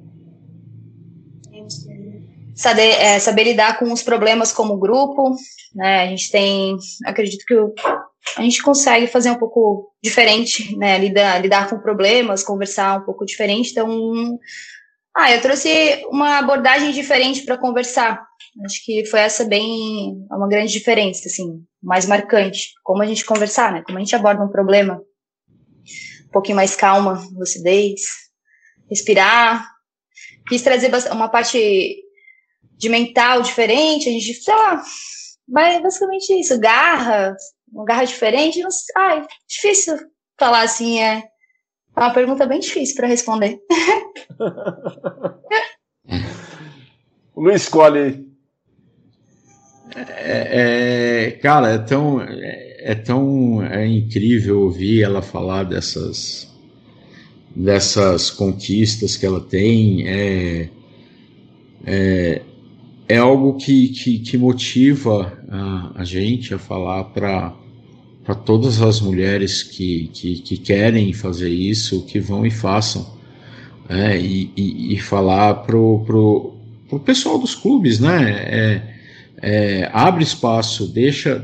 Saber lidar com os problemas como grupo, né, acredito que a gente consegue fazer um pouco diferente, né, lidar com problemas, conversar um pouco diferente, então... eu trouxe uma abordagem diferente para conversar. Acho que foi uma grande diferença, assim, mais marcante. Como a gente conversar, né? Como a gente aborda um problema. Um pouquinho mais calma, lucidez, respirar. Quis trazer uma parte de mental diferente. A gente, sei lá, basicamente isso. Uma garra diferente. Difícil falar assim, É uma pergunta bem difícil para responder. O Luiz escolhe. Cara, é tão incrível ouvir ela falar dessas conquistas que ela tem. É algo que motiva a gente a falar para todas as mulheres que querem fazer isso, que vão e façam, e falar pro pessoal dos clubes, né? Abre espaço, deixa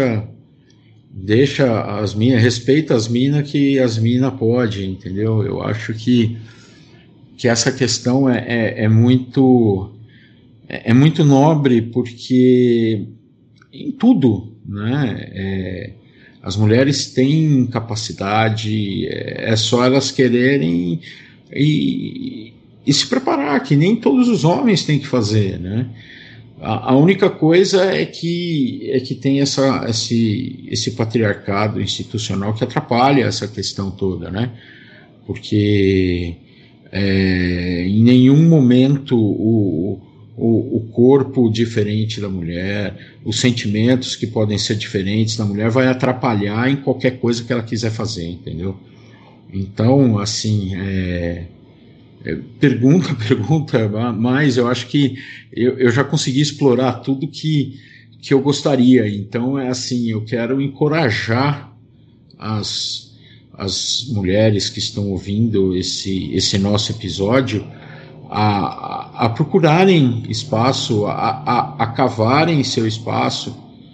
as minas, respeita as minas, que as minas pode, entendeu? Eu acho que essa questão é muito nobre, porque em tudo, né? As mulheres têm capacidade, é só elas quererem e se preparar, que nem todos os homens têm que fazer, né? A única coisa é que tem esse patriarcado institucional que atrapalha essa questão toda, né? Porque em nenhum momento o corpo diferente da mulher, os sentimentos que podem ser diferentes da mulher vai atrapalhar em qualquer coisa que ela quiser fazer, entendeu? Então, assim, pergunta, mas eu acho que eu já consegui explorar tudo que eu gostaria. Então, assim, eu quero encorajar as mulheres que estão ouvindo esse nosso episódio a procurarem espaço, a cavarem seu espaço,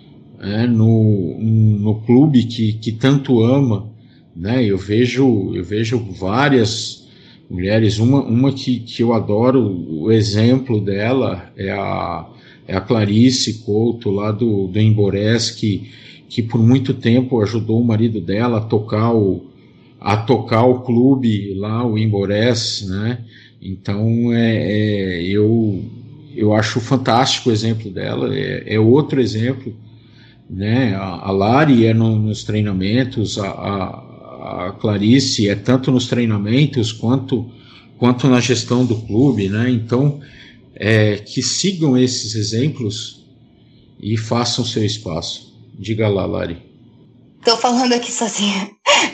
no clube que tanto ama, né? Eu vejo várias mulheres, uma que eu adoro, o exemplo dela é a Clarice Couto, lá do Emborés, que que por muito tempo ajudou o marido dela a tocar o clube lá, o Imborés, né? Então eu acho fantástico o exemplo dela, é outro exemplo, né? A Lari nos treinamentos, a Clarice é tanto nos treinamentos quanto na gestão do clube, né? Então, que sigam esses exemplos e façam seu espaço. Diga lá, Lari. Estou falando aqui sozinha.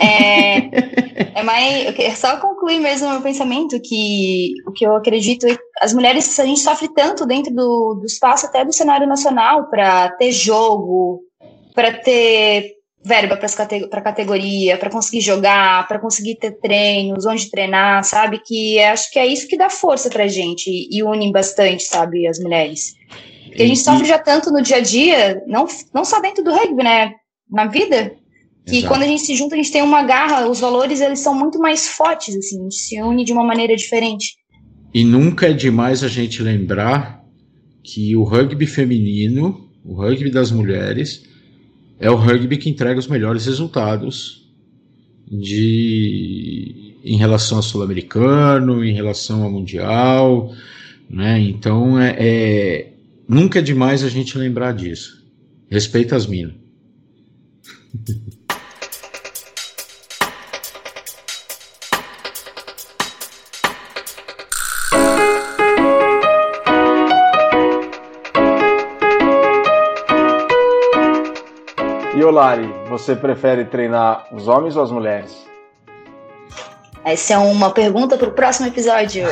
Só concluir mesmo o meu pensamento, que o que eu acredito é que as mulheres, a gente sofre tanto dentro do espaço, até do cenário nacional, para ter jogo, para ter verba para a categoria, para conseguir jogar, para conseguir ter treinos, onde treinar, sabe? Que acho que é isso que dá força pra gente e une bastante, sabe, as mulheres. Porque a gente sofre já tanto no dia a dia, não só dentro do rugby, né? Na vida, que Exato. Quando a gente se junta, a gente tem uma garra, os valores, eles são muito mais fortes, assim, a gente se une de uma maneira diferente. E nunca é demais a gente lembrar que o rugby feminino, o rugby das mulheres, é o rugby que entrega os melhores resultados em relação ao sul-americano, em relação ao mundial, né? Então, nunca é demais a gente lembrar disso. Respeita as minas. E Lari, você prefere treinar os homens ou as mulheres? Essa é uma pergunta para o próximo episódio.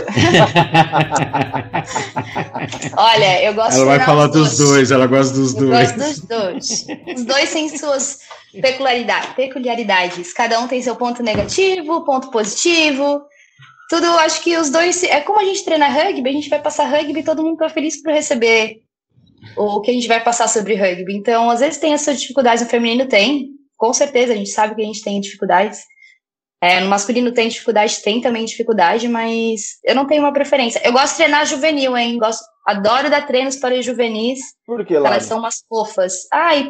Olha, eu gosto de treinar. Ela vai falar dos dois, ela gosta dos dois. Eu gosto dos dois. Os dois têm suas peculiaridades. Cada um tem seu ponto negativo, ponto positivo. Tudo, acho que os dois. É como a gente treina rugby, a gente vai passar rugby e todo mundo está feliz por receber o que a gente vai passar sobre rugby. Então, às vezes tem essas dificuldades, no feminino tem, com certeza, a gente sabe que a gente tem dificuldades. No masculino tem dificuldade, tem também dificuldade, mas eu não tenho uma preferência. Eu gosto de treinar juvenil, hein? Adoro dar treinos para os juvenis. Por que, Lari? Elas são umas fofas.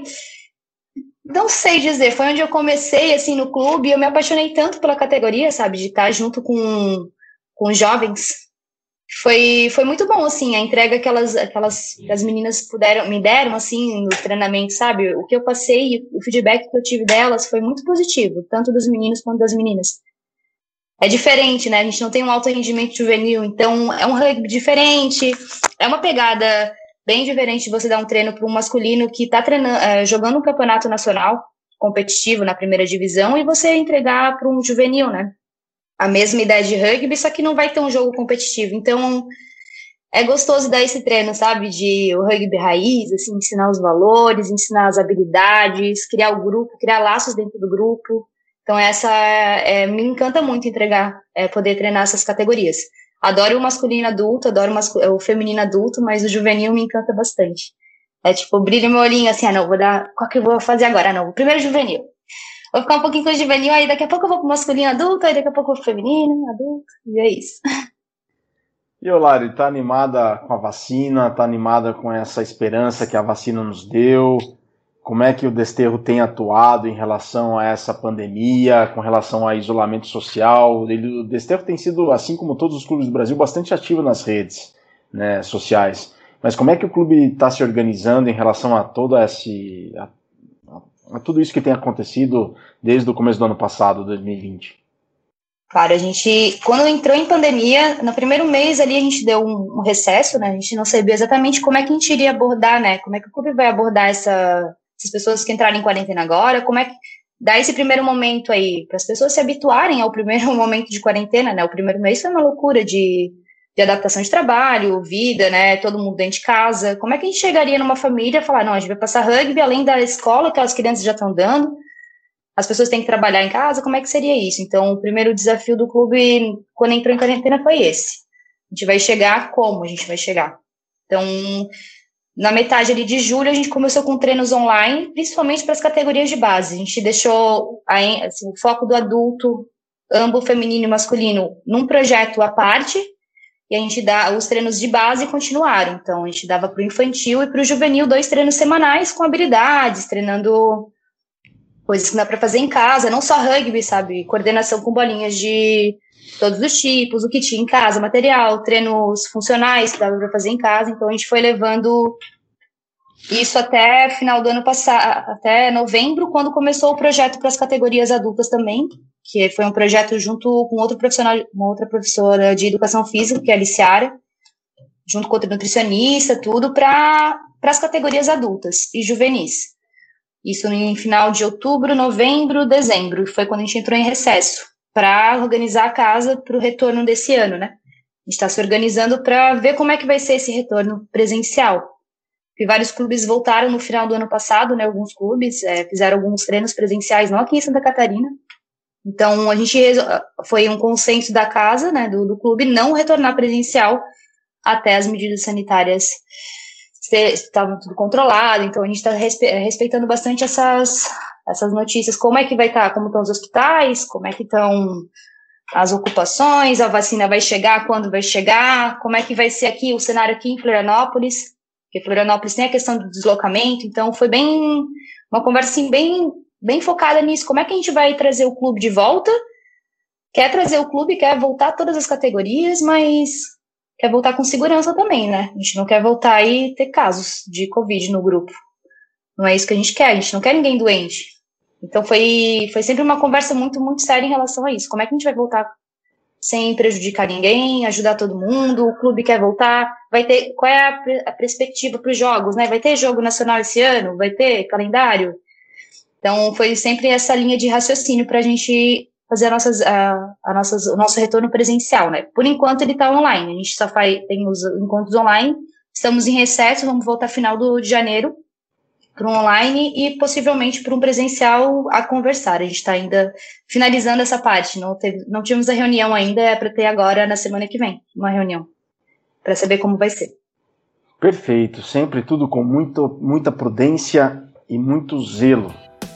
Não sei dizer, foi onde eu comecei, assim, no clube, e eu me apaixonei tanto pela categoria, sabe, de estar junto com jovens. Foi muito bom, assim, a entrega que as meninas me deram, assim, no treinamento, sabe? O que eu passei, o feedback que eu tive delas foi muito positivo, tanto dos meninos quanto das meninas. É diferente, né? A gente não tem um alto rendimento juvenil, então é um rugby diferente, é uma pegada bem diferente de você dar um treino para um masculino que está jogando um campeonato nacional competitivo na primeira divisão e você entregar para um juvenil, né? A mesma ideia de rugby, só que não vai ter um jogo competitivo. Então, é gostoso dar esse treino, sabe? De o rugby raiz, assim, ensinar os valores, ensinar as habilidades, criar o grupo, criar laços dentro do grupo. Então, me encanta muito poder treinar essas categorias. Adoro o masculino adulto, adoro o feminino adulto, mas o juvenil me encanta bastante. Brilha meu olhinho assim, qual que eu vou fazer agora? O primeiro juvenil. Vou ficar um pouquinho com o juvenil, aí daqui a pouco eu vou pro masculino adulto, aí daqui a pouco eu vou pro feminino adulto, e é isso. E Lari, tá animada com a vacina? Tá animada com essa esperança que a vacina nos deu? Como é que o Desterro tem atuado em relação a essa pandemia, com relação ao isolamento social? O Desterro tem sido, assim como todos os clubes do Brasil, bastante ativo nas redes, né, sociais. Mas como é que o clube está se organizando em relação a a tudo isso que tem acontecido desde o começo do ano passado, 2020? Claro, a gente, quando entrou em pandemia, no primeiro mês ali a gente deu um recesso, né? A gente não sabia exatamente como é que a gente iria abordar, né? Como é que o clube vai abordar essas pessoas que entraram em quarentena agora, como é que dá esse primeiro momento aí, para as pessoas se habituarem ao primeiro momento de quarentena, né? O primeiro mês foi uma loucura de adaptação de trabalho, vida, né? Todo mundo dentro de casa. Como é que a gente chegaria numa família e falar, não, a gente vai passar rugby além da escola que as crianças já estão dando, as pessoas têm que trabalhar em casa, como é que seria isso? Então, o primeiro desafio do clube, quando entrou em quarentena, foi esse. A gente vai chegar como a gente vai chegar? Então, na metade ali de julho, a gente começou com treinos online, principalmente para as categorias de base. A gente deixou assim, o foco do adulto, ambos feminino e masculino, num projeto à parte, e a gente dá os treinos de base continuaram. Então, a gente dava para o infantil e para o juvenil 2 treinos semanais com habilidades, treinando coisas que dá para fazer em casa, não só rugby, sabe? Coordenação com bolinhas de todos os tipos, o que tinha em casa, material, treinos funcionais que dava para fazer em casa. Então a gente foi levando isso até final do ano passado, até novembro, quando começou o projeto para as categorias adultas também, que foi um projeto junto com outro profissional, uma outra professora de educação física, que é a Aliciara, junto com outra nutricionista, tudo para as categorias adultas e juvenis. Isso em final de outubro, novembro, dezembro, foi quando a gente entrou em recesso, para organizar a casa para o retorno desse ano, né? A gente está se organizando para ver como é que vai ser esse retorno presencial. Porque vários clubes voltaram no final do ano passado, né? Alguns clubes fizeram alguns treinos presenciais, não aqui em Santa Catarina. Então, foi um consenso da casa, né, do clube, não retornar presencial até as medidas sanitárias estavam tudo controlado. Então a gente está respeitando bastante essas notícias, como é que vai estar, como estão os hospitais, como é que estão as ocupações, a vacina vai chegar, quando vai chegar, como é que vai ser aqui o cenário aqui em Florianópolis, porque Florianópolis tem a questão do deslocamento. Então foi uma conversa assim, bem focada nisso, como é que a gente vai trazer o clube de volta, quer trazer o clube, quer voltar todas as categorias, mas quer voltar com segurança também, né? A gente não quer voltar e ter casos de Covid no grupo. Não é isso que a gente quer não quer ninguém doente. Então foi sempre uma conversa muito, muito séria em relação a isso. Como é que a gente vai voltar sem prejudicar ninguém, ajudar todo mundo, o clube quer voltar, qual é a perspectiva para os jogos, né? Vai ter jogo nacional esse ano? Vai ter calendário? Então foi sempre essa linha de raciocínio para a gente fazer o nosso retorno presencial, né? Por enquanto ele está online, a gente só tem os encontros online, estamos em recesso, vamos voltar final de janeiro para um online e possivelmente para um presencial a conversar. A gente está ainda finalizando essa parte, não tivemos a reunião ainda, é para ter agora na semana que vem, uma reunião, para saber como vai ser. Perfeito, sempre tudo com muita prudência e muito zelo.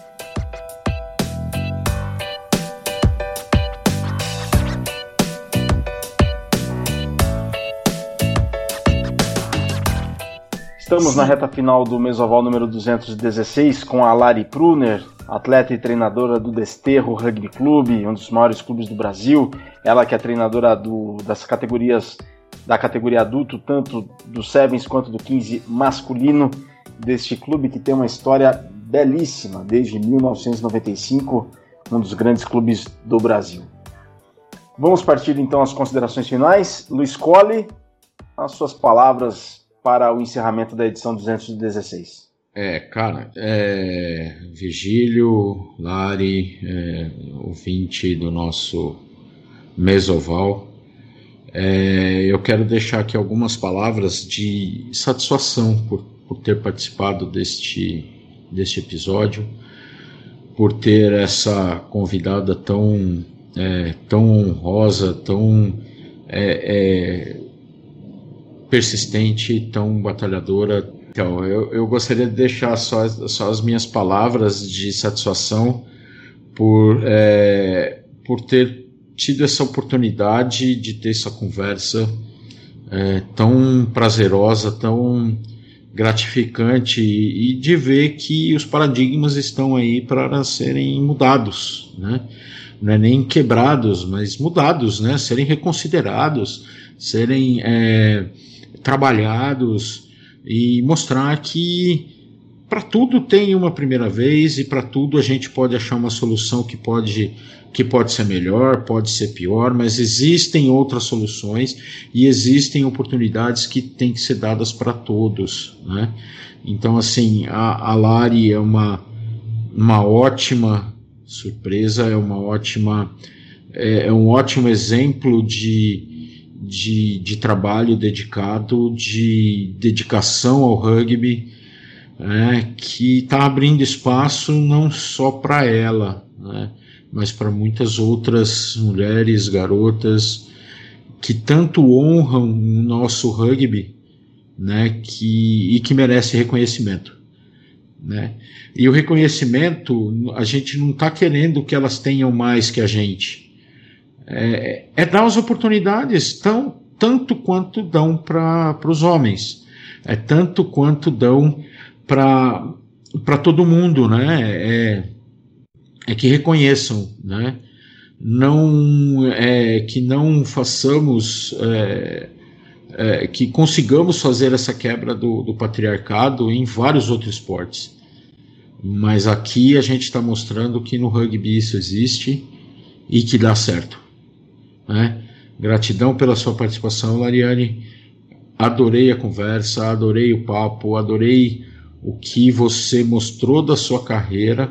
Estamos na reta final do Mesoval número 216 com a Lari Pruner, atleta e treinadora do Desterro Rugby Clube, um dos maiores clubes do Brasil. Ela que é treinadora das categorias, da categoria adulto, tanto do Sevens quanto do 15 masculino, deste clube que tem uma história belíssima, desde 1995, um dos grandes clubes do Brasil. Vamos partir então às considerações finais. Luiz Colli, as suas palavras para o encerramento da edição 216. Virgílio, Lari, ouvinte do nosso Mesoval, eu quero deixar aqui algumas palavras de satisfação por ter participado deste episódio, por ter essa convidada tão honrosa, tão persistente, tão batalhadora. Então, eu gostaria de deixar só as minhas palavras de satisfação por ter tido essa oportunidade de ter essa conversa tão prazerosa, tão gratificante, e de ver que os paradigmas estão aí para serem mudados, né? Não é nem quebrados, mas mudados, né? Serem reconsiderados, serem trabalhados, e mostrar que para tudo tem uma primeira vez, e para tudo a gente pode achar uma solução que pode ser melhor, pode ser pior, mas existem outras soluções e existem oportunidades que têm que ser dadas para todos, né? Então, assim, a Lari é uma ótima surpresa, é um ótimo exemplo de trabalho dedicado, de dedicação ao rugby, que está abrindo espaço não só para ela, né, mas para muitas outras mulheres, garotas, que tanto honram o nosso rugby, né, e que merece reconhecimento, né? E o reconhecimento, a gente não está querendo que elas tenham mais que a gente, é dar as oportunidades tanto quanto dão para os homens, tanto quanto dão para todo mundo, né? é que reconheçam, né? Que não façamos, que consigamos fazer essa quebra do patriarcado em vários outros esportes. Mas aqui a gente está mostrando que no rugby isso existe e que dá certo, né? Gratidão pela sua participação, Lariane. Adorei a conversa, adorei o papo, adorei o que você mostrou da sua carreira.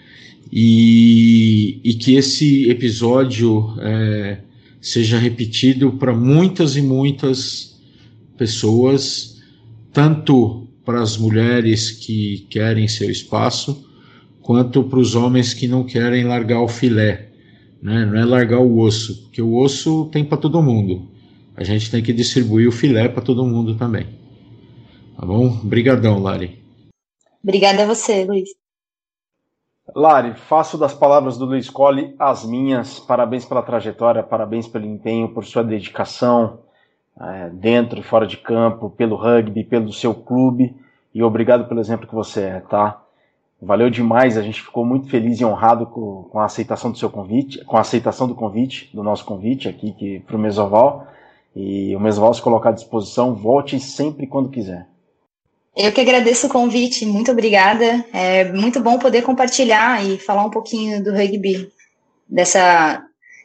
E que esse episódio seja repetido para muitas e muitas pessoas, tanto para as mulheres que querem seu espaço, quanto para os homens que não querem largar o filé, né? Não é largar o osso, porque o osso tem para todo mundo. A gente tem que distribuir o filé para todo mundo também. Tá bom? Obrigadão, Lari. Obrigada a você, Luiz. Lari, faço das palavras do Luiz Colli as minhas. Parabéns pela trajetória, parabéns pelo empenho, por sua dedicação dentro e fora de campo, pelo rugby, pelo seu clube, e obrigado pelo exemplo que você é, tá? Valeu demais, a gente ficou muito feliz e honrado com a aceitação do seu convite, com a aceitação do nosso convite aqui para o Mesoval, e o Mesoval se colocar à disposição, volte sempre quando quiser. Eu que agradeço o convite, muito obrigada. É muito bom poder compartilhar e falar um pouquinho do rugby, dessa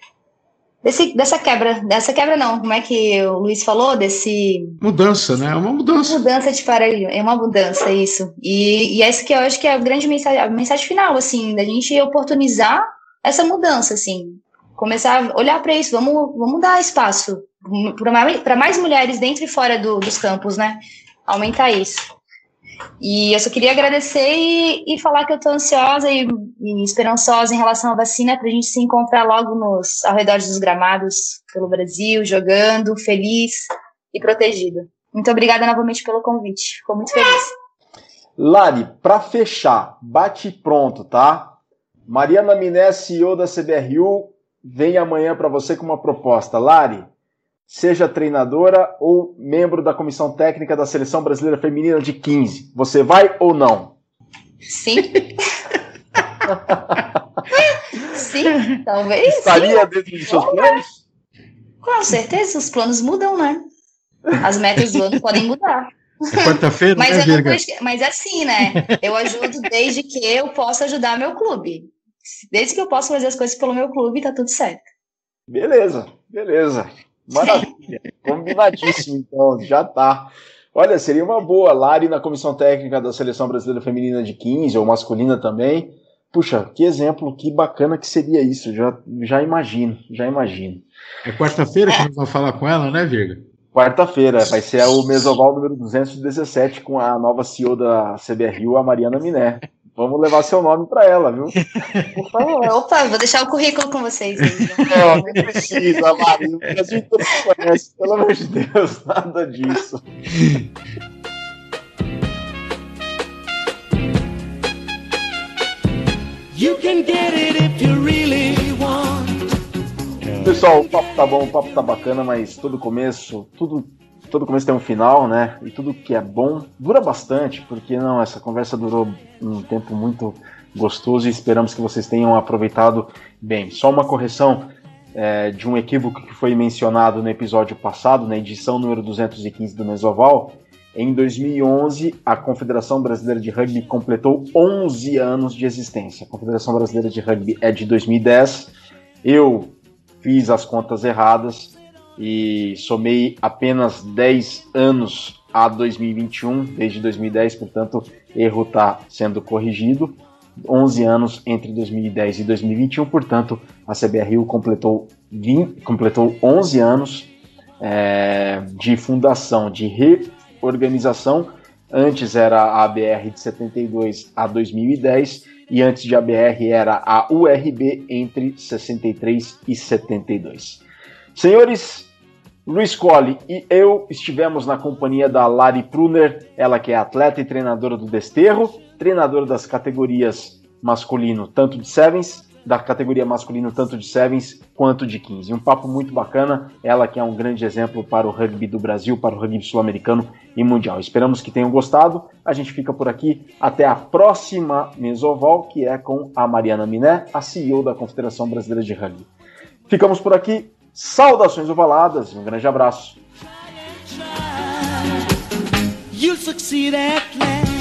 quebra não, como é que o Luiz falou? Mudança, né? É uma mudança. Mudança de paradigma, é uma mudança, isso. E essa que eu acho que é a grande mensagem, a mensagem final, assim, da gente oportunizar essa mudança, assim. Começar a olhar para isso, vamos dar espaço para mais mulheres dentro e fora dos campos, né? Aumentar isso. E eu só queria agradecer e falar que eu estou ansiosa e esperançosa em relação à vacina, para a gente se encontrar logo ao redor dos gramados pelo Brasil, jogando, feliz e protegido. Muito obrigada novamente pelo convite, fico muito feliz. Lari, para fechar, bate pronto, tá? Mariana Miné, CEO da CBRU, vem amanhã para você com uma proposta. Lari, seja treinadora ou membro da comissão técnica da Seleção Brasileira Feminina de 15. Você vai ou não? Sim. Sim, talvez. Estaria dentro dos seus planos? Com certeza, os planos mudam, né? As metas do ano podem mudar. É quarta-feira, mas, né, Virga? Mas assim, né? Eu ajudo desde que eu possa ajudar meu clube. Desde que eu possa fazer as coisas pelo meu clube, tá tudo certo. Beleza. Maravilha, combinadíssimo, então, já tá. Olha, seria uma boa, Lari na comissão técnica da Seleção Brasileira Feminina de 15, ou masculina também. Puxa, que exemplo, que bacana que seria isso, já imagino. É quarta-feira que nós vamos falar com ela, né, Virga? Quarta-feira, vai ser o Mesoval número 217 com a nova CEO da CBRU, a Mariana Miné. Vamos levar seu nome para ela, viu? Por favor. Opa, vou deixar o currículo com vocês. Não, nem precisa, Marinho. O Brasil inteiro se conhece, pelo amor de Deus, nada disso. You can get it if you really want. Pessoal, o papo tá bom, o papo tá bacana, mas todo começo tem um final, né? E tudo que é bom dura bastante, porque não, essa conversa durou um tempo muito gostoso e esperamos que vocês tenham aproveitado bem. Só uma correção de um equívoco que foi mencionado no episódio passado, na edição número 215 do Mesoval. Em 2011, a Confederação Brasileira de Rugby completou 11 anos de existência. A Confederação Brasileira de Rugby é de 2010. Eu fiz as contas erradas e somei apenas 10 anos a 2021, desde 2010, portanto, erro está sendo corrigido. 11 anos entre 2010 e 2021, portanto, a CBRU completou 11 anos de fundação, de reorganização. Antes era a ABR de 72 a 2010 e antes de ABR era a URB entre 63 e 72. Senhores, Luiz Colli e eu estivemos na companhia da Lari Pruner, ela que é atleta e treinadora do Desterro, treinadora das categorias masculino tanto de sevens da categoria masculino, tanto de sevens quanto de 15. Um papo muito bacana, ela que é um grande exemplo para o rugby do Brasil, para o rugby sul-americano e mundial. Esperamos que tenham gostado, a gente fica por aqui, até a próxima Mesoval, que é com a Mariana Miné, a CEO da Confederação Brasileira de Rugby. Ficamos por aqui, saudações ovaladas e um grande abraço. You'll succeed at last.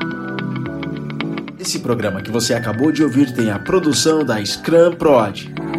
Esse programa que você acabou de ouvir tem a produção da Scrum Prod.